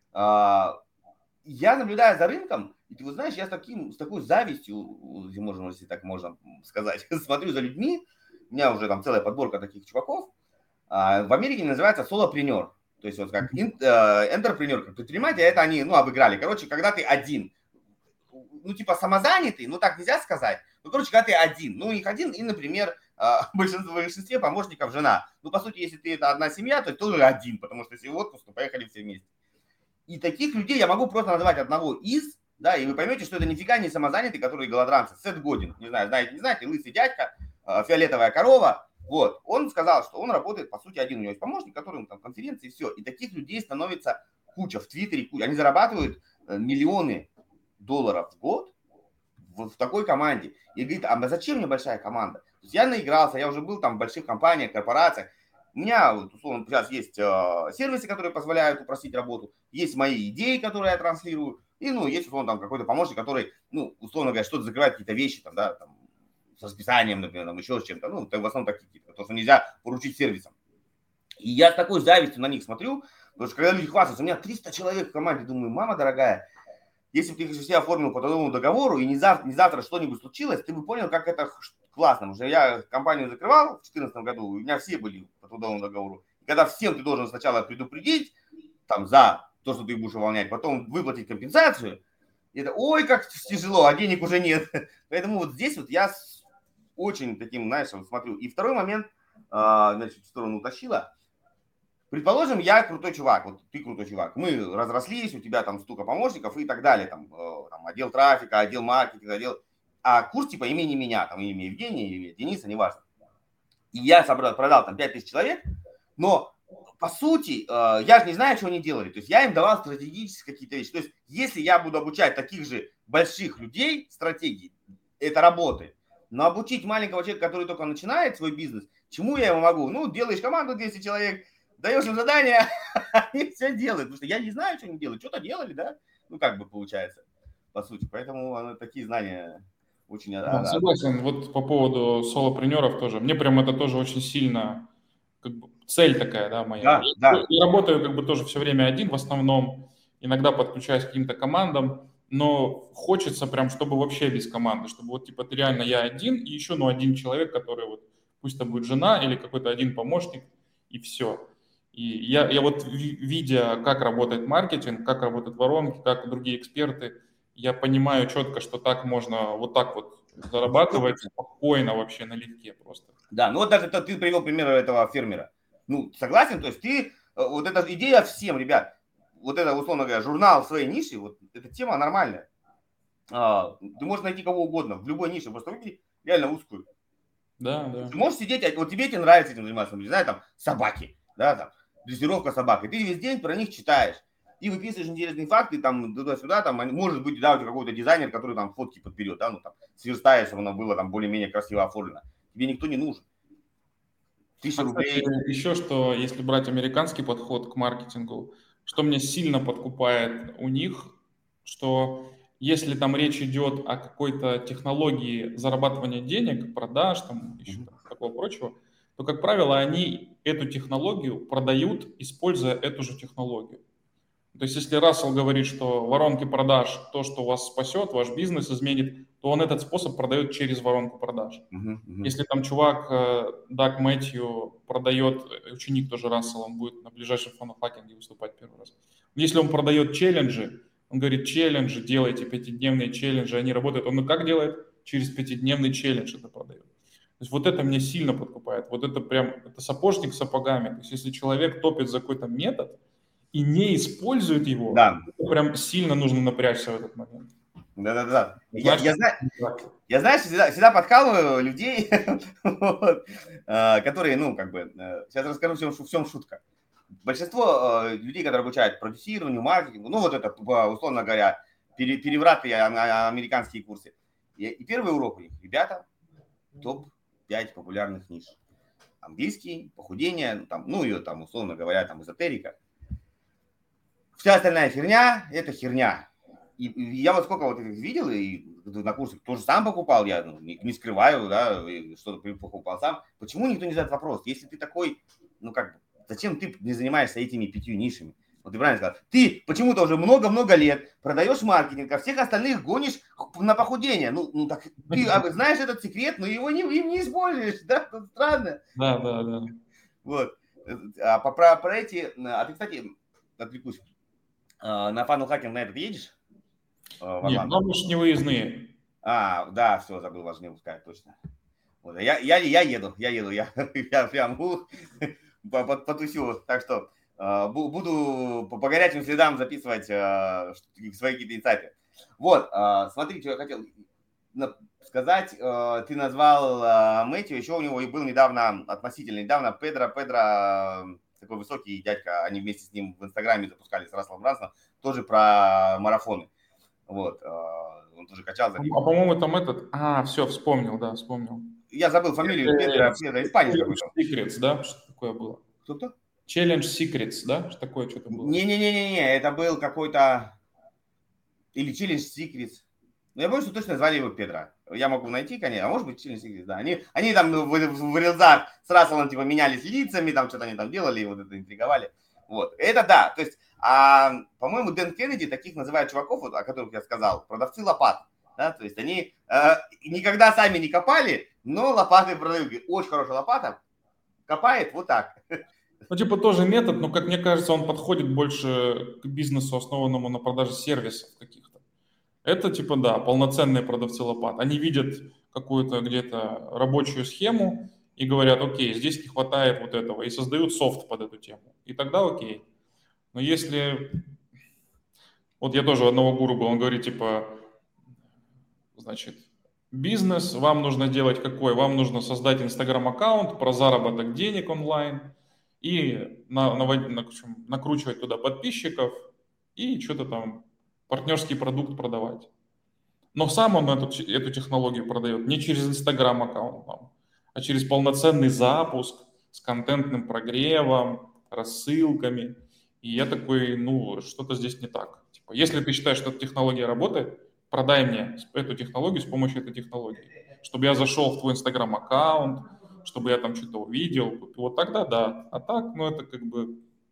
Я наблюдаю за рынком, и ты вот знаешь, я с, таким, с такой завистью, можно, если так можно сказать, смотрю за людьми, у меня уже там целая подборка таких чуваков, в Америке называется солопренер. То есть вот как энтерпренер, как предприниматель, это они, ну, обыграли. Короче, когда ты один, ну, типа самозанятый, ну, так нельзя сказать. Ну, короче, когда ты один, ну, у них один, и, например, в большинстве, в большинстве помощников жена. Ну, по сути, если ты это одна семья, то ты тоже один, потому что если в отпуск, то поехали все вместе. И таких людей я могу просто называть одного из, да, и вы поймете, что это нифига не самозанятый, который голодранцы. Сет Годин, не знаю, знаете, не знаете, лысый дядька, фиолетовая корова. Вот, он сказал, что он работает, по сути, один, у него есть помощник, который ему там конференции, и все. И таких людей становится куча в Твиттере, куча. Они зарабатывают миллионы долларов в год в, в такой команде. И говорит, а зачем мне большая команда? То есть я наигрался, я уже был там в больших компаниях, корпорациях. У меня, вот, условно, сейчас есть э, сервисы, которые позволяют упростить работу, есть мои идеи, которые я транслирую. И, ну, есть, условно, там какой-то помощник, который, ну, условно говоря, что-то закрывает какие-то вещи, там, да, там, с расписанием, например, там, еще с чем-то, ну, в основном такие, потому что нельзя поручить сервисом. И я с такой завистью на них смотрю, потому что когда люди хвастаются, у меня триста человек в команде, думаю, мама дорогая, если бы ты все оформил по трудовому договору, и не завтра, не завтра что-нибудь случилось, ты бы понял, как это классно. Потому что я компанию закрывал в две тысячи четырнадцатом году, у меня все были по трудовому договору. И когда всем ты должен сначала предупредить, там, за то, что ты будешь увольнять, потом выплатить компенсацию, это, ой, как тяжело, а денег уже нет. Поэтому вот здесь вот я очень таким, знаешь, вот смотрю. И второй момент, значит, в сторону утащила. Предположим, я крутой чувак, вот ты крутой чувак, мы разрослись, у тебя там столько помощников и так далее, там, там отдел трафика, отдел маркетинга, отдел, а курс типа имени меня, там имя Евгения или Дениса, неважно. И я собрал, продал там пять тысяч человек, но по сути я же не знаю, что они делали, то есть я им давал стратегические какие-то вещи, то есть если я буду обучать таких же больших людей стратегии, это работает, но обучить маленького человека, который только начинает свой бизнес, чему я ему могу? Ну, делаешь команду двести человек, даешь им задание, они все делают. Потому что я не знаю, что они делают. Что-то делали, да? Ну, как бы получается, по сути. Поэтому такие знания очень... Да, согласен. Вот по поводу солопренеров тоже. Мне прям это тоже очень сильно... Как бы, цель такая, да, моя. Да, я, да. я работаю как бы тоже все время один в основном. Иногда подключаюсь к каким-то командам. Но хочется прям, чтобы вообще без команды. Чтобы вот типа ты реально я один и еще ну один человек, который вот... Пусть это будет жена или какой-то один помощник. И все. И я, я вот, видя, как работает маркетинг, как работают воронки, как другие эксперты, я понимаю четко, что так можно вот так вот зарабатывать спокойно вообще налегке просто. Да, ну вот даже ты привел пример этого фермера. Ну, согласен, то есть ты, вот эта идея всем, ребят, вот это, условно говоря, журнал в своей нише, вот эта тема нормальная. А, ты можешь найти кого угодно в любой нише, просто выбери реально узкую. Да, да. Ты можешь сидеть, вот тебе тебе нравится этим заниматься, не знаю, там, собаки, да, там, дрессировка собак, и ты весь день про них читаешь, и выписываешь интересные факты, там, туда-сюда, там, может быть, да, у тебя какой-то дизайнер, который там фотки подберет, да, ну, там, сверстаешь, чтобы оно было там более-менее красиво оформлено. Тебе никто не нужен. Тысяча рублей. Еще что, если брать американский подход к маркетингу, что меня сильно подкупает у них, что если там речь идет о какой-то технологии зарабатывания денег, продаж, там, еще mm-hmm. такого прочего, то, как правило, они эту технологию продают, используя эту же технологию. То есть, если Рассел говорит, что воронки продаж, то, что вас спасет, ваш бизнес изменит, то он этот способ продает через воронку продаж. Uh-huh, uh-huh. Если там чувак, Даг Мэтью, продает, ученик тоже Рассел, он будет на ближайшем фанатхакинге выступать первый раз. Если он продает челленджи, он говорит, челленджи, делайте пятидневные челленджи, они работают. Он как делает? Через пятидневный челлендж это продает. То есть вот это меня сильно подкупает. Вот это прям, это сапожник с сапогами. То есть если человек топит за какой-то метод и не использует его, да. то прям сильно нужно напрячься в этот момент. Да-да-да. Я, я, я, я, знаешь, всегда, всегда подкалываю людей, вот, которые, ну, как бы, сейчас расскажу всем, в чем шутка. Большинство людей, которые обучают продюсированию, маркетингу, ну, вот это, условно говоря, перевратные американские курсы. И, и первый урок у них, ребята, топ пять популярных ниш. Английский, похудение, там, ну, и там, условно говоря, там, эзотерика. Вся остальная херня – это херня. И, и я вот сколько вот их видел, и на курсах тоже сам покупал, я ну, не, не скрываю, да, что-то покупал сам. Почему никто не задает вопрос? Если ты такой, ну как, зачем ты не занимаешься этими пятью нишами? Вот ты правильно сказал. Ты почему-то уже много-много лет продаешь маркетинг, а всех остальных гонишь на похудение. Ну, ну так ты знаешь этот секрет, но его не, им не используешь, да? Тут странно. Да, да, да. Вот. А про, про эти, а ты, кстати, отвлекусь. На фанатхакинг на этот едешь? Нет, но мы же не выездные. А, да, все, забыл, важнее сказать, точно. Вот, я, я, я еду, я еду, я, я прям ух, потусю, так что uh, буду по, по горячим следам записывать uh, свои какие-то инсайты. Вот, uh, смотри, что я хотел сказать. Uh, ты назвал uh, Мэтью, еще у него и был недавно, относительно недавно, Педро, Педро, такой высокий дядька, они вместе с ним в Инстаграме запускали с Расселом Брансоном, тоже про марафоны. Вот, он тоже качал. А, по-моему, там этот... А, все, вспомнил, да, вспомнил. Я забыл фамилию, Педро, Педро, испанец какой-то. Secrets, да, что такое было? Кто-кто? Challenge Secrets, да, что такое что-то было? Не-не-не-не, это был какой-то... или Challenge Secrets. Ну, я помню, что точно звали его Педро. Я могу найти, конечно, а может быть Challenge Secrets, да. Они, они там в, в, в рилзах с Расселом типа менялись лицами, там что-то они там делали, вот это интриговали. Вот, это да, то есть, а, по-моему, Дэн Кеннеди таких называют чуваков, вот, о которых я сказал, продавцы лопат. Да, то есть они э, никогда сами не копали, но лопаты продают. Очень хорошая лопата, копает вот так. Ну, типа тоже метод, но, как мне кажется, он подходит больше к бизнесу, основанному на продаже сервисов каких-то. Это, типа, да, полноценные продавцы лопат. Они видят какую-то где-то рабочую схему и говорят, окей, здесь не хватает вот этого, и создают софт под эту тему. И тогда окей. Но если... Вот я тоже у одного гуру был, он говорит, типа, значит, бизнес вам нужно делать какой? Вам нужно создать инстаграм-аккаунт про заработок денег онлайн и на, на, на, накручивать туда подписчиков и что-то там, партнерский продукт продавать. Но сам он эту, эту технологию продает не через инстаграм-аккаунт, а через полноценный запуск с контентным прогревом, рассылками. И я такой, ну, что-то здесь не так. Типа, если ты считаешь, что эта технология работает, продай мне эту технологию с помощью этой технологии. Чтобы я зашел в твой инстаграм-аккаунт, чтобы я там что-то увидел. Вот тогда да. А так, ну, это как бы...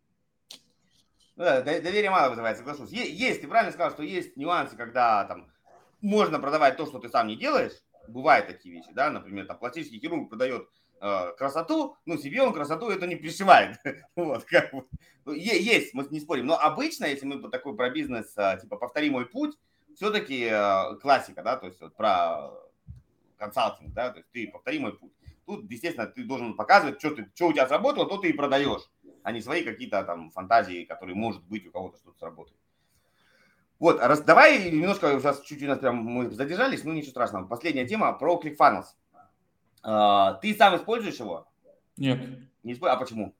Ну, да, доверие мало вызывает, соглашусь. Есть, ты правильно сказал, что есть нюансы, когда там можно продавать то, что ты сам не делаешь. Бывают такие вещи, да, например, там пластический хирург продает э, красоту, ну, себе он красоту это не пришивает. Вот, как бы. Есть, мы не спорим. Но обычно, если мы такой про бизнес, типа повтори мой путь, все-таки э, классика, да, то есть вот про консалтинг, да, то есть ты повтори мой путь. Тут, естественно, ты должен показывать, что, ты, что у тебя сработало, то ты и продаешь, а не свои какие-то там фантазии, которые, может быть, у кого-то что-то сработает. Вот, раз, давай немножко, сейчас чуть-чуть у нас прям мы задержались, ну ничего страшного. Последняя тема про ClickFunnels. А, ты сам используешь его? Нет. Не используешь? А почему?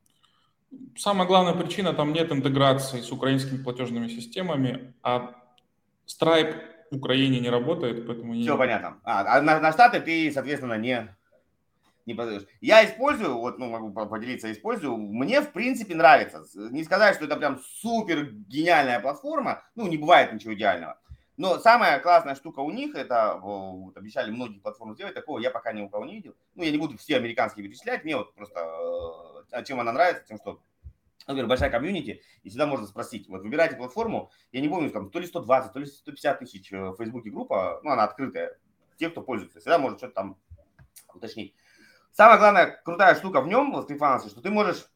Самая главная причина, там нет интеграции с украинскими платежными системами, а Stripe в Украине не работает, поэтому... Все не... понятно. А, а на, на Штаты ты, соответственно, не... не подаешь. Я использую, вот, ну, могу поделиться, использую. Мне, в принципе, нравится. Не сказать, что это прям супер гениальная платформа. Ну, не бывает ничего идеального. Но самая классная штука у них, это, вот, обещали многие платформы сделать, такого я пока ни у кого не видел. Ну, я не буду все американские перечислять. Мне вот просто, чем она нравится, тем, что, например, большая комьюнити, и всегда можно спросить. Вот выбирайте платформу, я не помню, там, то ли сто двадцать, то ли сто пятьдесят тысяч в Фейсбуке группа, ну, она открытая. Те, кто пользуется, всегда может что-то там уточнить. Самая главная крутая штука в нем, в ClickFunnels, что ты можешь,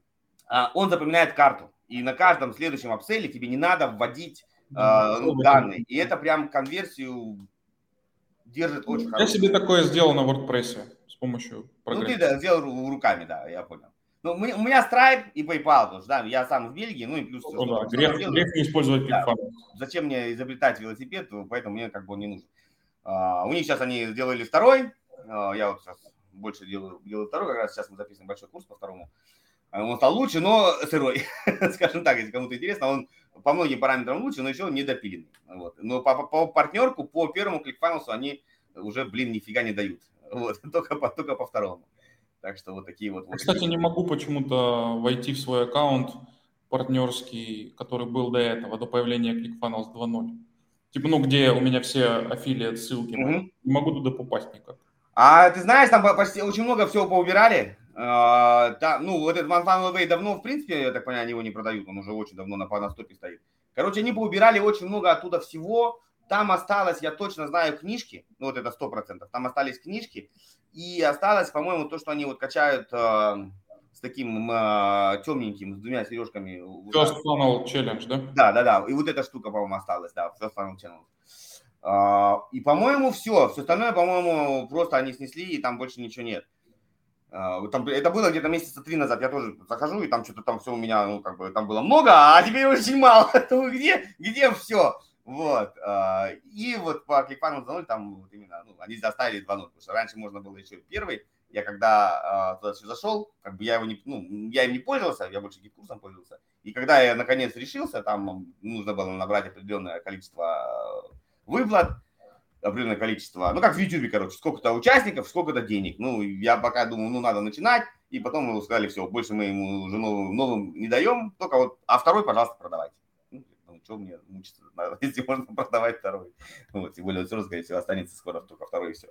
он запоминает карту, и на каждом следующем апселе тебе не надо вводить э, ну, данные, и это прям конверсию держит очень хорошо. Я себе такое сделал на WordPress с помощью программы. Ну, ты да, сделал руками, да, я понял. Ну, у меня Stripe и PayPal тоже, да, я сам в Бельгии, ну и плюс... Ну, да, грех, грех не использовать ClickFunnels. Да. Зачем мне изобретать велосипед, поэтому мне как бы он не нужен. Uh, у них сейчас они сделали второй, uh, я вот сейчас больше делаю, делаю второй, как раз сейчас мы записываем большой курс по второму. Он стал лучше, но сырой, скажем так, если кому-то интересно, он по многим параметрам лучше, но еще не допиленный. Вот. Но по, по, по партнерку, по первому ClickFunnels они уже, блин, нифига не дают. Вот. Только, по, только по второму. Так что вот такие вот. Я, кстати, не могу почему-то войти в свой аккаунт партнерский, который был до этого, до появления ClickFunnels два ноль. Типа, ну, где у меня все аффилиат ссылки, угу. Не могу туда попасть никак. А ты знаешь, там почти очень много всего поубирали. Uh, да, ну, вот этот One Funnel Away давно, в принципе, я так понимаю, они его не продают, он уже очень давно на, на стопе стоит. Короче, они поубирали очень много оттуда всего. Там осталось, я точно знаю, книжки, ну, вот это сто процентов, там остались книжки. И осталось, по-моему, то, что они вот качают uh, с таким uh, темненьким, с двумя сережками. First Funnel Challenge, да? Да, да, да, и вот эта штука, по-моему, осталась, да, First Funnel Challenge. Uh, и, по-моему, все. Все остальное, по-моему, просто они снесли, и там больше ничего нет. Uh, там, это было где-то месяца три назад. Я тоже захожу, и там что-то там все у меня, ну, как бы, там было много, а теперь очень мало. где, где все? Вот. Uh, и вот по ClickFunnels два ноль там вот именно, ну, они заставили два ноль, потому что раньше можно было еще первый. Я когда uh, туда все зашел, как бы я его не, ну, я им не пользовался, я больше гид-курсом пользовался. И когда я наконец решился, там нужно было набрать определенное количество выплат, определенное количество, ну как в YouTube, короче, сколько-то участников, сколько-то денег. Ну, я пока думаю, ну надо начинать, и потом мы сказали, все, больше мы ему уже новым, новым не даем, только вот, а второй, пожалуйста, продавайте. Ну, что мне мучиться, надо, если можно продавать второй. Вот, тем более, все равно, скорее всего, останется скоро только второй и все.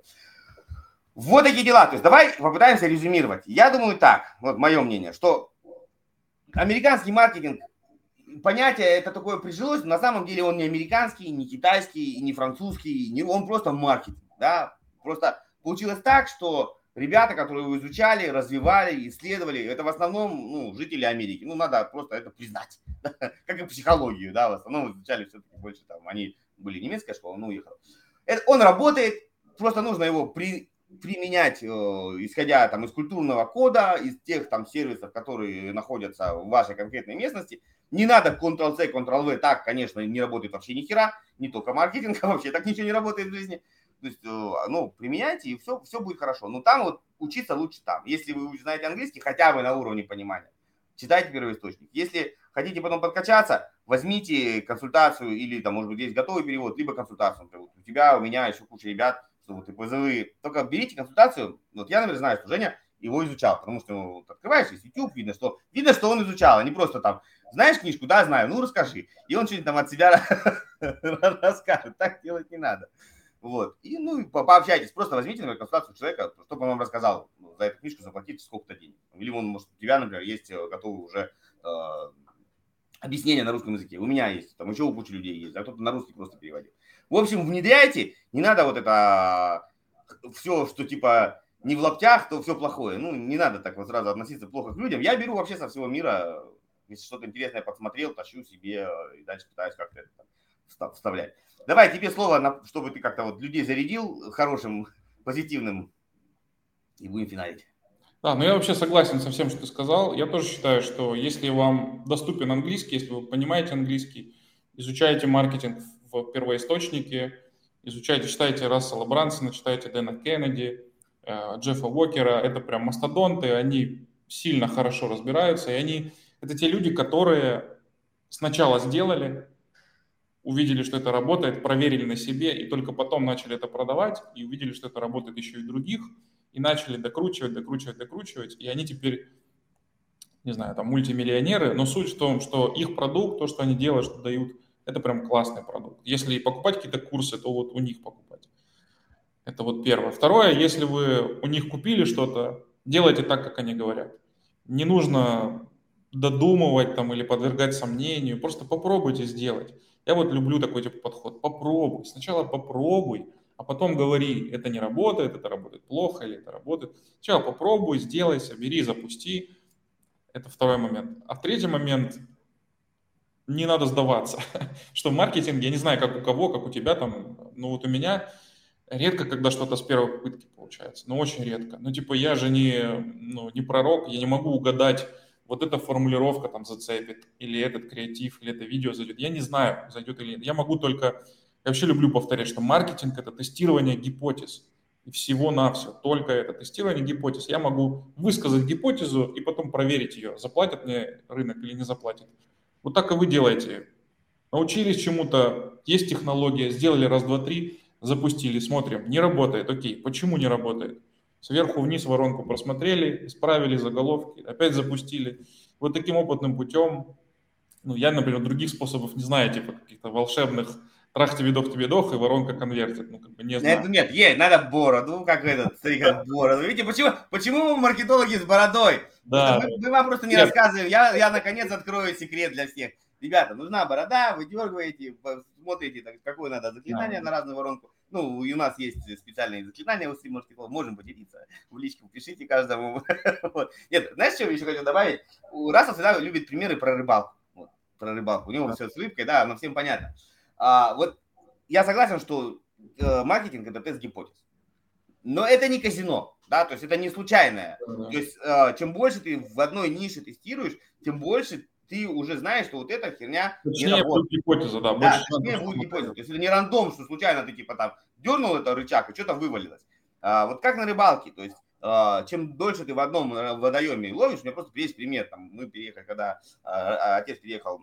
Вот такие дела. То есть давай попытаемся резюмировать. Я думаю так, вот мое мнение, что американский маркетинг, понятие это такое прижилось, но на самом деле он не американский, не китайский, не французский, не, он просто маркетинг, да. Просто получилось так, что ребята, которые его изучали, развивали, исследовали, это в основном ну, жители Америки. Ну, надо просто это признать. Как и психологию, да, в основном изучали все-таки больше там, они были немецкая школа, он уехал. Это, он работает, просто нужно его при, применять, э, исходя там из культурного кода, из тех там сервисов, которые находятся в вашей конкретной местности. Не надо контрол-C, контрол-V, так, конечно, не работает вообще ни хера, не только маркетинг, а вообще так ничего не работает в жизни. То есть, ну, применяйте, и все, все будет хорошо. Но там вот учиться лучше там. Если вы знаете английский, хотя бы на уровне понимания, читайте первоисточник. Если хотите потом подкачаться, возьмите консультацию или, там, может быть, есть готовый перевод, либо консультацию. У тебя, у меня, еще куча ребят, что вот и призовые. Только берите консультацию. Вот я, например, знаю, что Женя его изучал, потому что ну, вот, открываешь из YouTube, видно, что видно, что он изучал, а не просто там, знаешь книжку, да, знаю, ну, расскажи. И он что-нибудь там от себя расскажет. Так делать не надо. Вот. И, ну, и пообщайтесь, просто возьмите, например, консультацию человека, чтобы он вам рассказал, ну, за эту книжку заплатите сколько-то денег. Или он, может, у тебя, например, есть готовые уже э, объяснения на русском языке. У меня есть, там еще у кучи людей есть, а кто-то на русский просто переводил. В общем, внедряйте, не надо вот это все, что типа не в лаптях, то все плохое. Ну, не надо так вот сразу относиться плохо к людям. Я беру вообще со всего мира, если что-то интересное подсмотрел, тащу себе и дальше пытаюсь как-то это там вставлять. Давай тебе слово, чтобы ты как-то вот людей зарядил хорошим, позитивным, и будем финалить. Да, ну я вообще согласен со всем, что ты сказал. Я тоже считаю, что если вам доступен английский, если вы понимаете английский, изучаете маркетинг в первоисточнике, изучайте, читайте Рассела Брансона, читайте Дэна Кеннеди, Джеффа Уокера, это прям мастодонты, они сильно хорошо разбираются, и они, это те люди, которые сначала сделали, увидели, что это работает, проверили на себе, и только потом начали это продавать, и увидели, что это работает еще и других, и начали докручивать, докручивать, докручивать, и они теперь, не знаю, там мультимиллионеры, но суть в том, что их продукт, то, что они делают, что дают, это прям классный продукт. Если покупать какие-то курсы, то вот у них покупать. Это вот первое. Второе, если вы у них купили что-то, делайте так, как они говорят. Не нужно додумывать там или подвергать сомнению, просто попробуйте сделать. Я вот люблю такой типа подход. Попробуй. Сначала попробуй, а потом говори, это не работает, это работает плохо или это работает. Сначала попробуй, сделай, собери, запусти. Это второй момент. А третий момент, не надо сдаваться. Что в маркетинге, я не знаю, как у кого, как у тебя там, но вот у меня редко, когда что-то с первой попытки получается. Ну, очень редко. Ну, типа, я же не, ну, не пророк, я не могу угадать, вот эта формулировка там зацепит, или этот креатив, или это видео зайдет. Я не знаю, зайдет или нет. Я могу только... Я вообще люблю повторять, что маркетинг – это тестирование гипотез. И всего-навсего. Только это тестирование гипотез. Я могу высказать гипотезу и потом проверить ее. Заплатит мне рынок или не заплатит. Вот так и вы делаете. Научились чему-то, есть технология, сделали раз, два, три, запустили, смотрим. Не работает, окей. Почему не работает? Сверху вниз воронку просмотрели, исправили заголовки, опять запустили. Вот таким опытным путем, ну, я, например, других способов не знаю, типа каких-то волшебных трах-тебе-дох-тебе-дох, и воронка конвертит. Ну, как бы не знаю. Нет, нет, есть, надо бороду, как этот, смотри, как бороду. Видите, почему, почему мы маркетологи с бородой? Да. Мы, мы вам просто не нет. рассказываем. Я, я, наконец, открою секрет для всех. Ребята, нужна борода, вы дергаете, смотрите, так, какое надо заклинание да. на разную воронку. Ну, и у нас есть специальные заклинания у стримеров, можем поделиться. В личку пишите каждому. Вот. Нет, знаешь, что я еще хочу добавить? У Рассел всегда любит примеры про рыбалку. Вот, про рыбалку. У него да. все с рыбкой, да, но всем понятно. А, вот я согласен, что э, маркетинг – это тест гипотез. Но это не казино, да, то есть это не случайное. Да. То есть э, чем больше ты в одной нише тестируешь, тем больше ты уже знаешь, что вот эта херня точнее не работает. Будет гипотеза, да. Да, точнее будет гипотеза. То есть это не рандом, что случайно ты типа там дернул это рычаг и что-то вывалилось. А, вот как на рыбалке, то есть а, чем дольше ты в одном водоеме ловишь, у меня просто есть пример. Там, мы переехали, когда а, отец переехал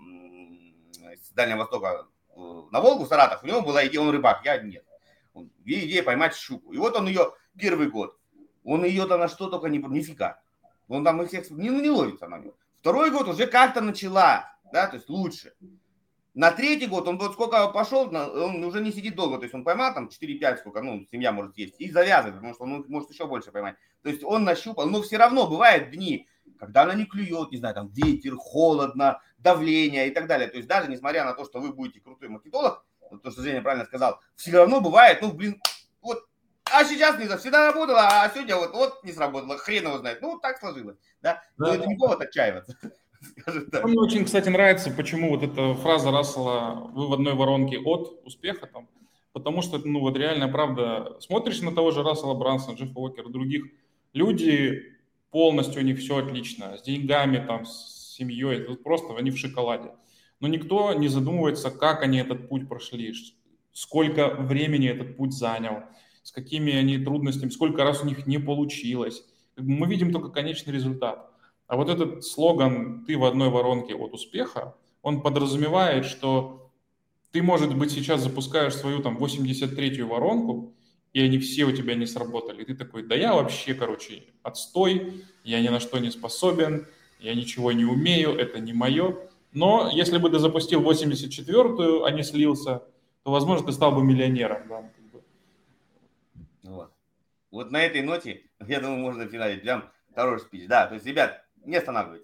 с Дальнего Востока на Волгу, в Саратов, у него была идея, он рыбак, я нет. Он, идея поймать щуку. И вот он ее первый год, он ее-то на что только не... Нифига. Он там их всех... Не, не ловится на него. Второй год уже как-то начала, да, то есть лучше. На третий год он вот сколько пошел, он уже не сидит долго, то есть он поймал там четыре-пять, сколько, ну, семья может есть, и завязывает, потому что он может еще больше поймать. То есть он нащупал, но все равно бывают дни, когда она не клюет, не знаю, там ветер, холодно, давление и так далее. То есть даже несмотря на то, что вы будете крутой маркетолог, вот то, что Женя правильно сказал, все равно бывает, ну, блин, вот, а сейчас не знаю, всегда работало, а сегодня вот, вот не сработало, хрен его знает, ну, так сложилось, да, но да, это не повод отчаиваться. Мне очень, кстати, нравится, почему вот эта фраза Рассела «вы в одной воронке от успеха», там, потому что, ну, вот реально, правда, смотришь на того же Рассела Брансона, Джеффа Уокера, других, люди полностью, у них все отлично, с деньгами, там, с семьей, это просто они в шоколаде. Но никто не задумывается, как они этот путь прошли, сколько времени этот путь занял, с какими они трудностями, сколько раз у них не получилось. Мы видим только конечный результат. А вот этот слоган «ты в одной воронке от успеха», он подразумевает, что ты, может быть, сейчас запускаешь свою там восемьдесят третью воронку, и они все у тебя не сработали. И ты такой, да я вообще, короче, отстой, я ни на что не способен, я ничего не умею, это не мое. Но если бы ты запустил восемьдесят четвёртую, а не слился, то, возможно, ты стал бы миллионером. Да? Вот. Вот на этой ноте, я думаю, можно финалить прям хороший спич. Да, то есть, ребят, не останавливайтесь.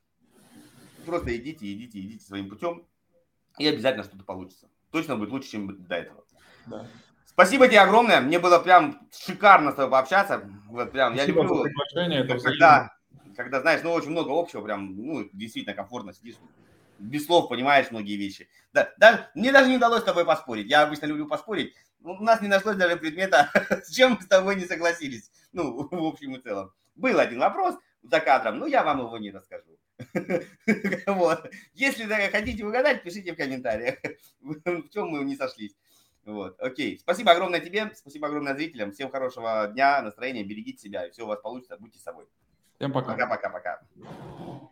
Просто идите, идите, идите своим путем, и обязательно что-то получится. Точно будет лучше, чем до этого. Да. Спасибо тебе огромное. Мне было прям шикарно с тобой пообщаться. Вот прям, Спасибо я люблю, за приглашение. Это когда, когда, знаешь, ну, очень много общего, прям, ну, действительно комфортно сидишь. Без слов понимаешь многие вещи. Да, да, мне даже не удалось с тобой поспорить. Я обычно люблю поспорить. У нас не нашлось даже предмета, с чем мы с тобой не согласились. Ну, в общем и целом. Был один вопрос за кадром, но я вам его не расскажу. Вот. Если хотите угадать, пишите в комментариях, в чем мы не сошлись. Вот. Окей. Спасибо огромное тебе, спасибо огромное зрителям. Всем хорошего дня, настроения, берегите себя, и все у вас получится. Будьте собой. Всем пока. Пока-пока-пока.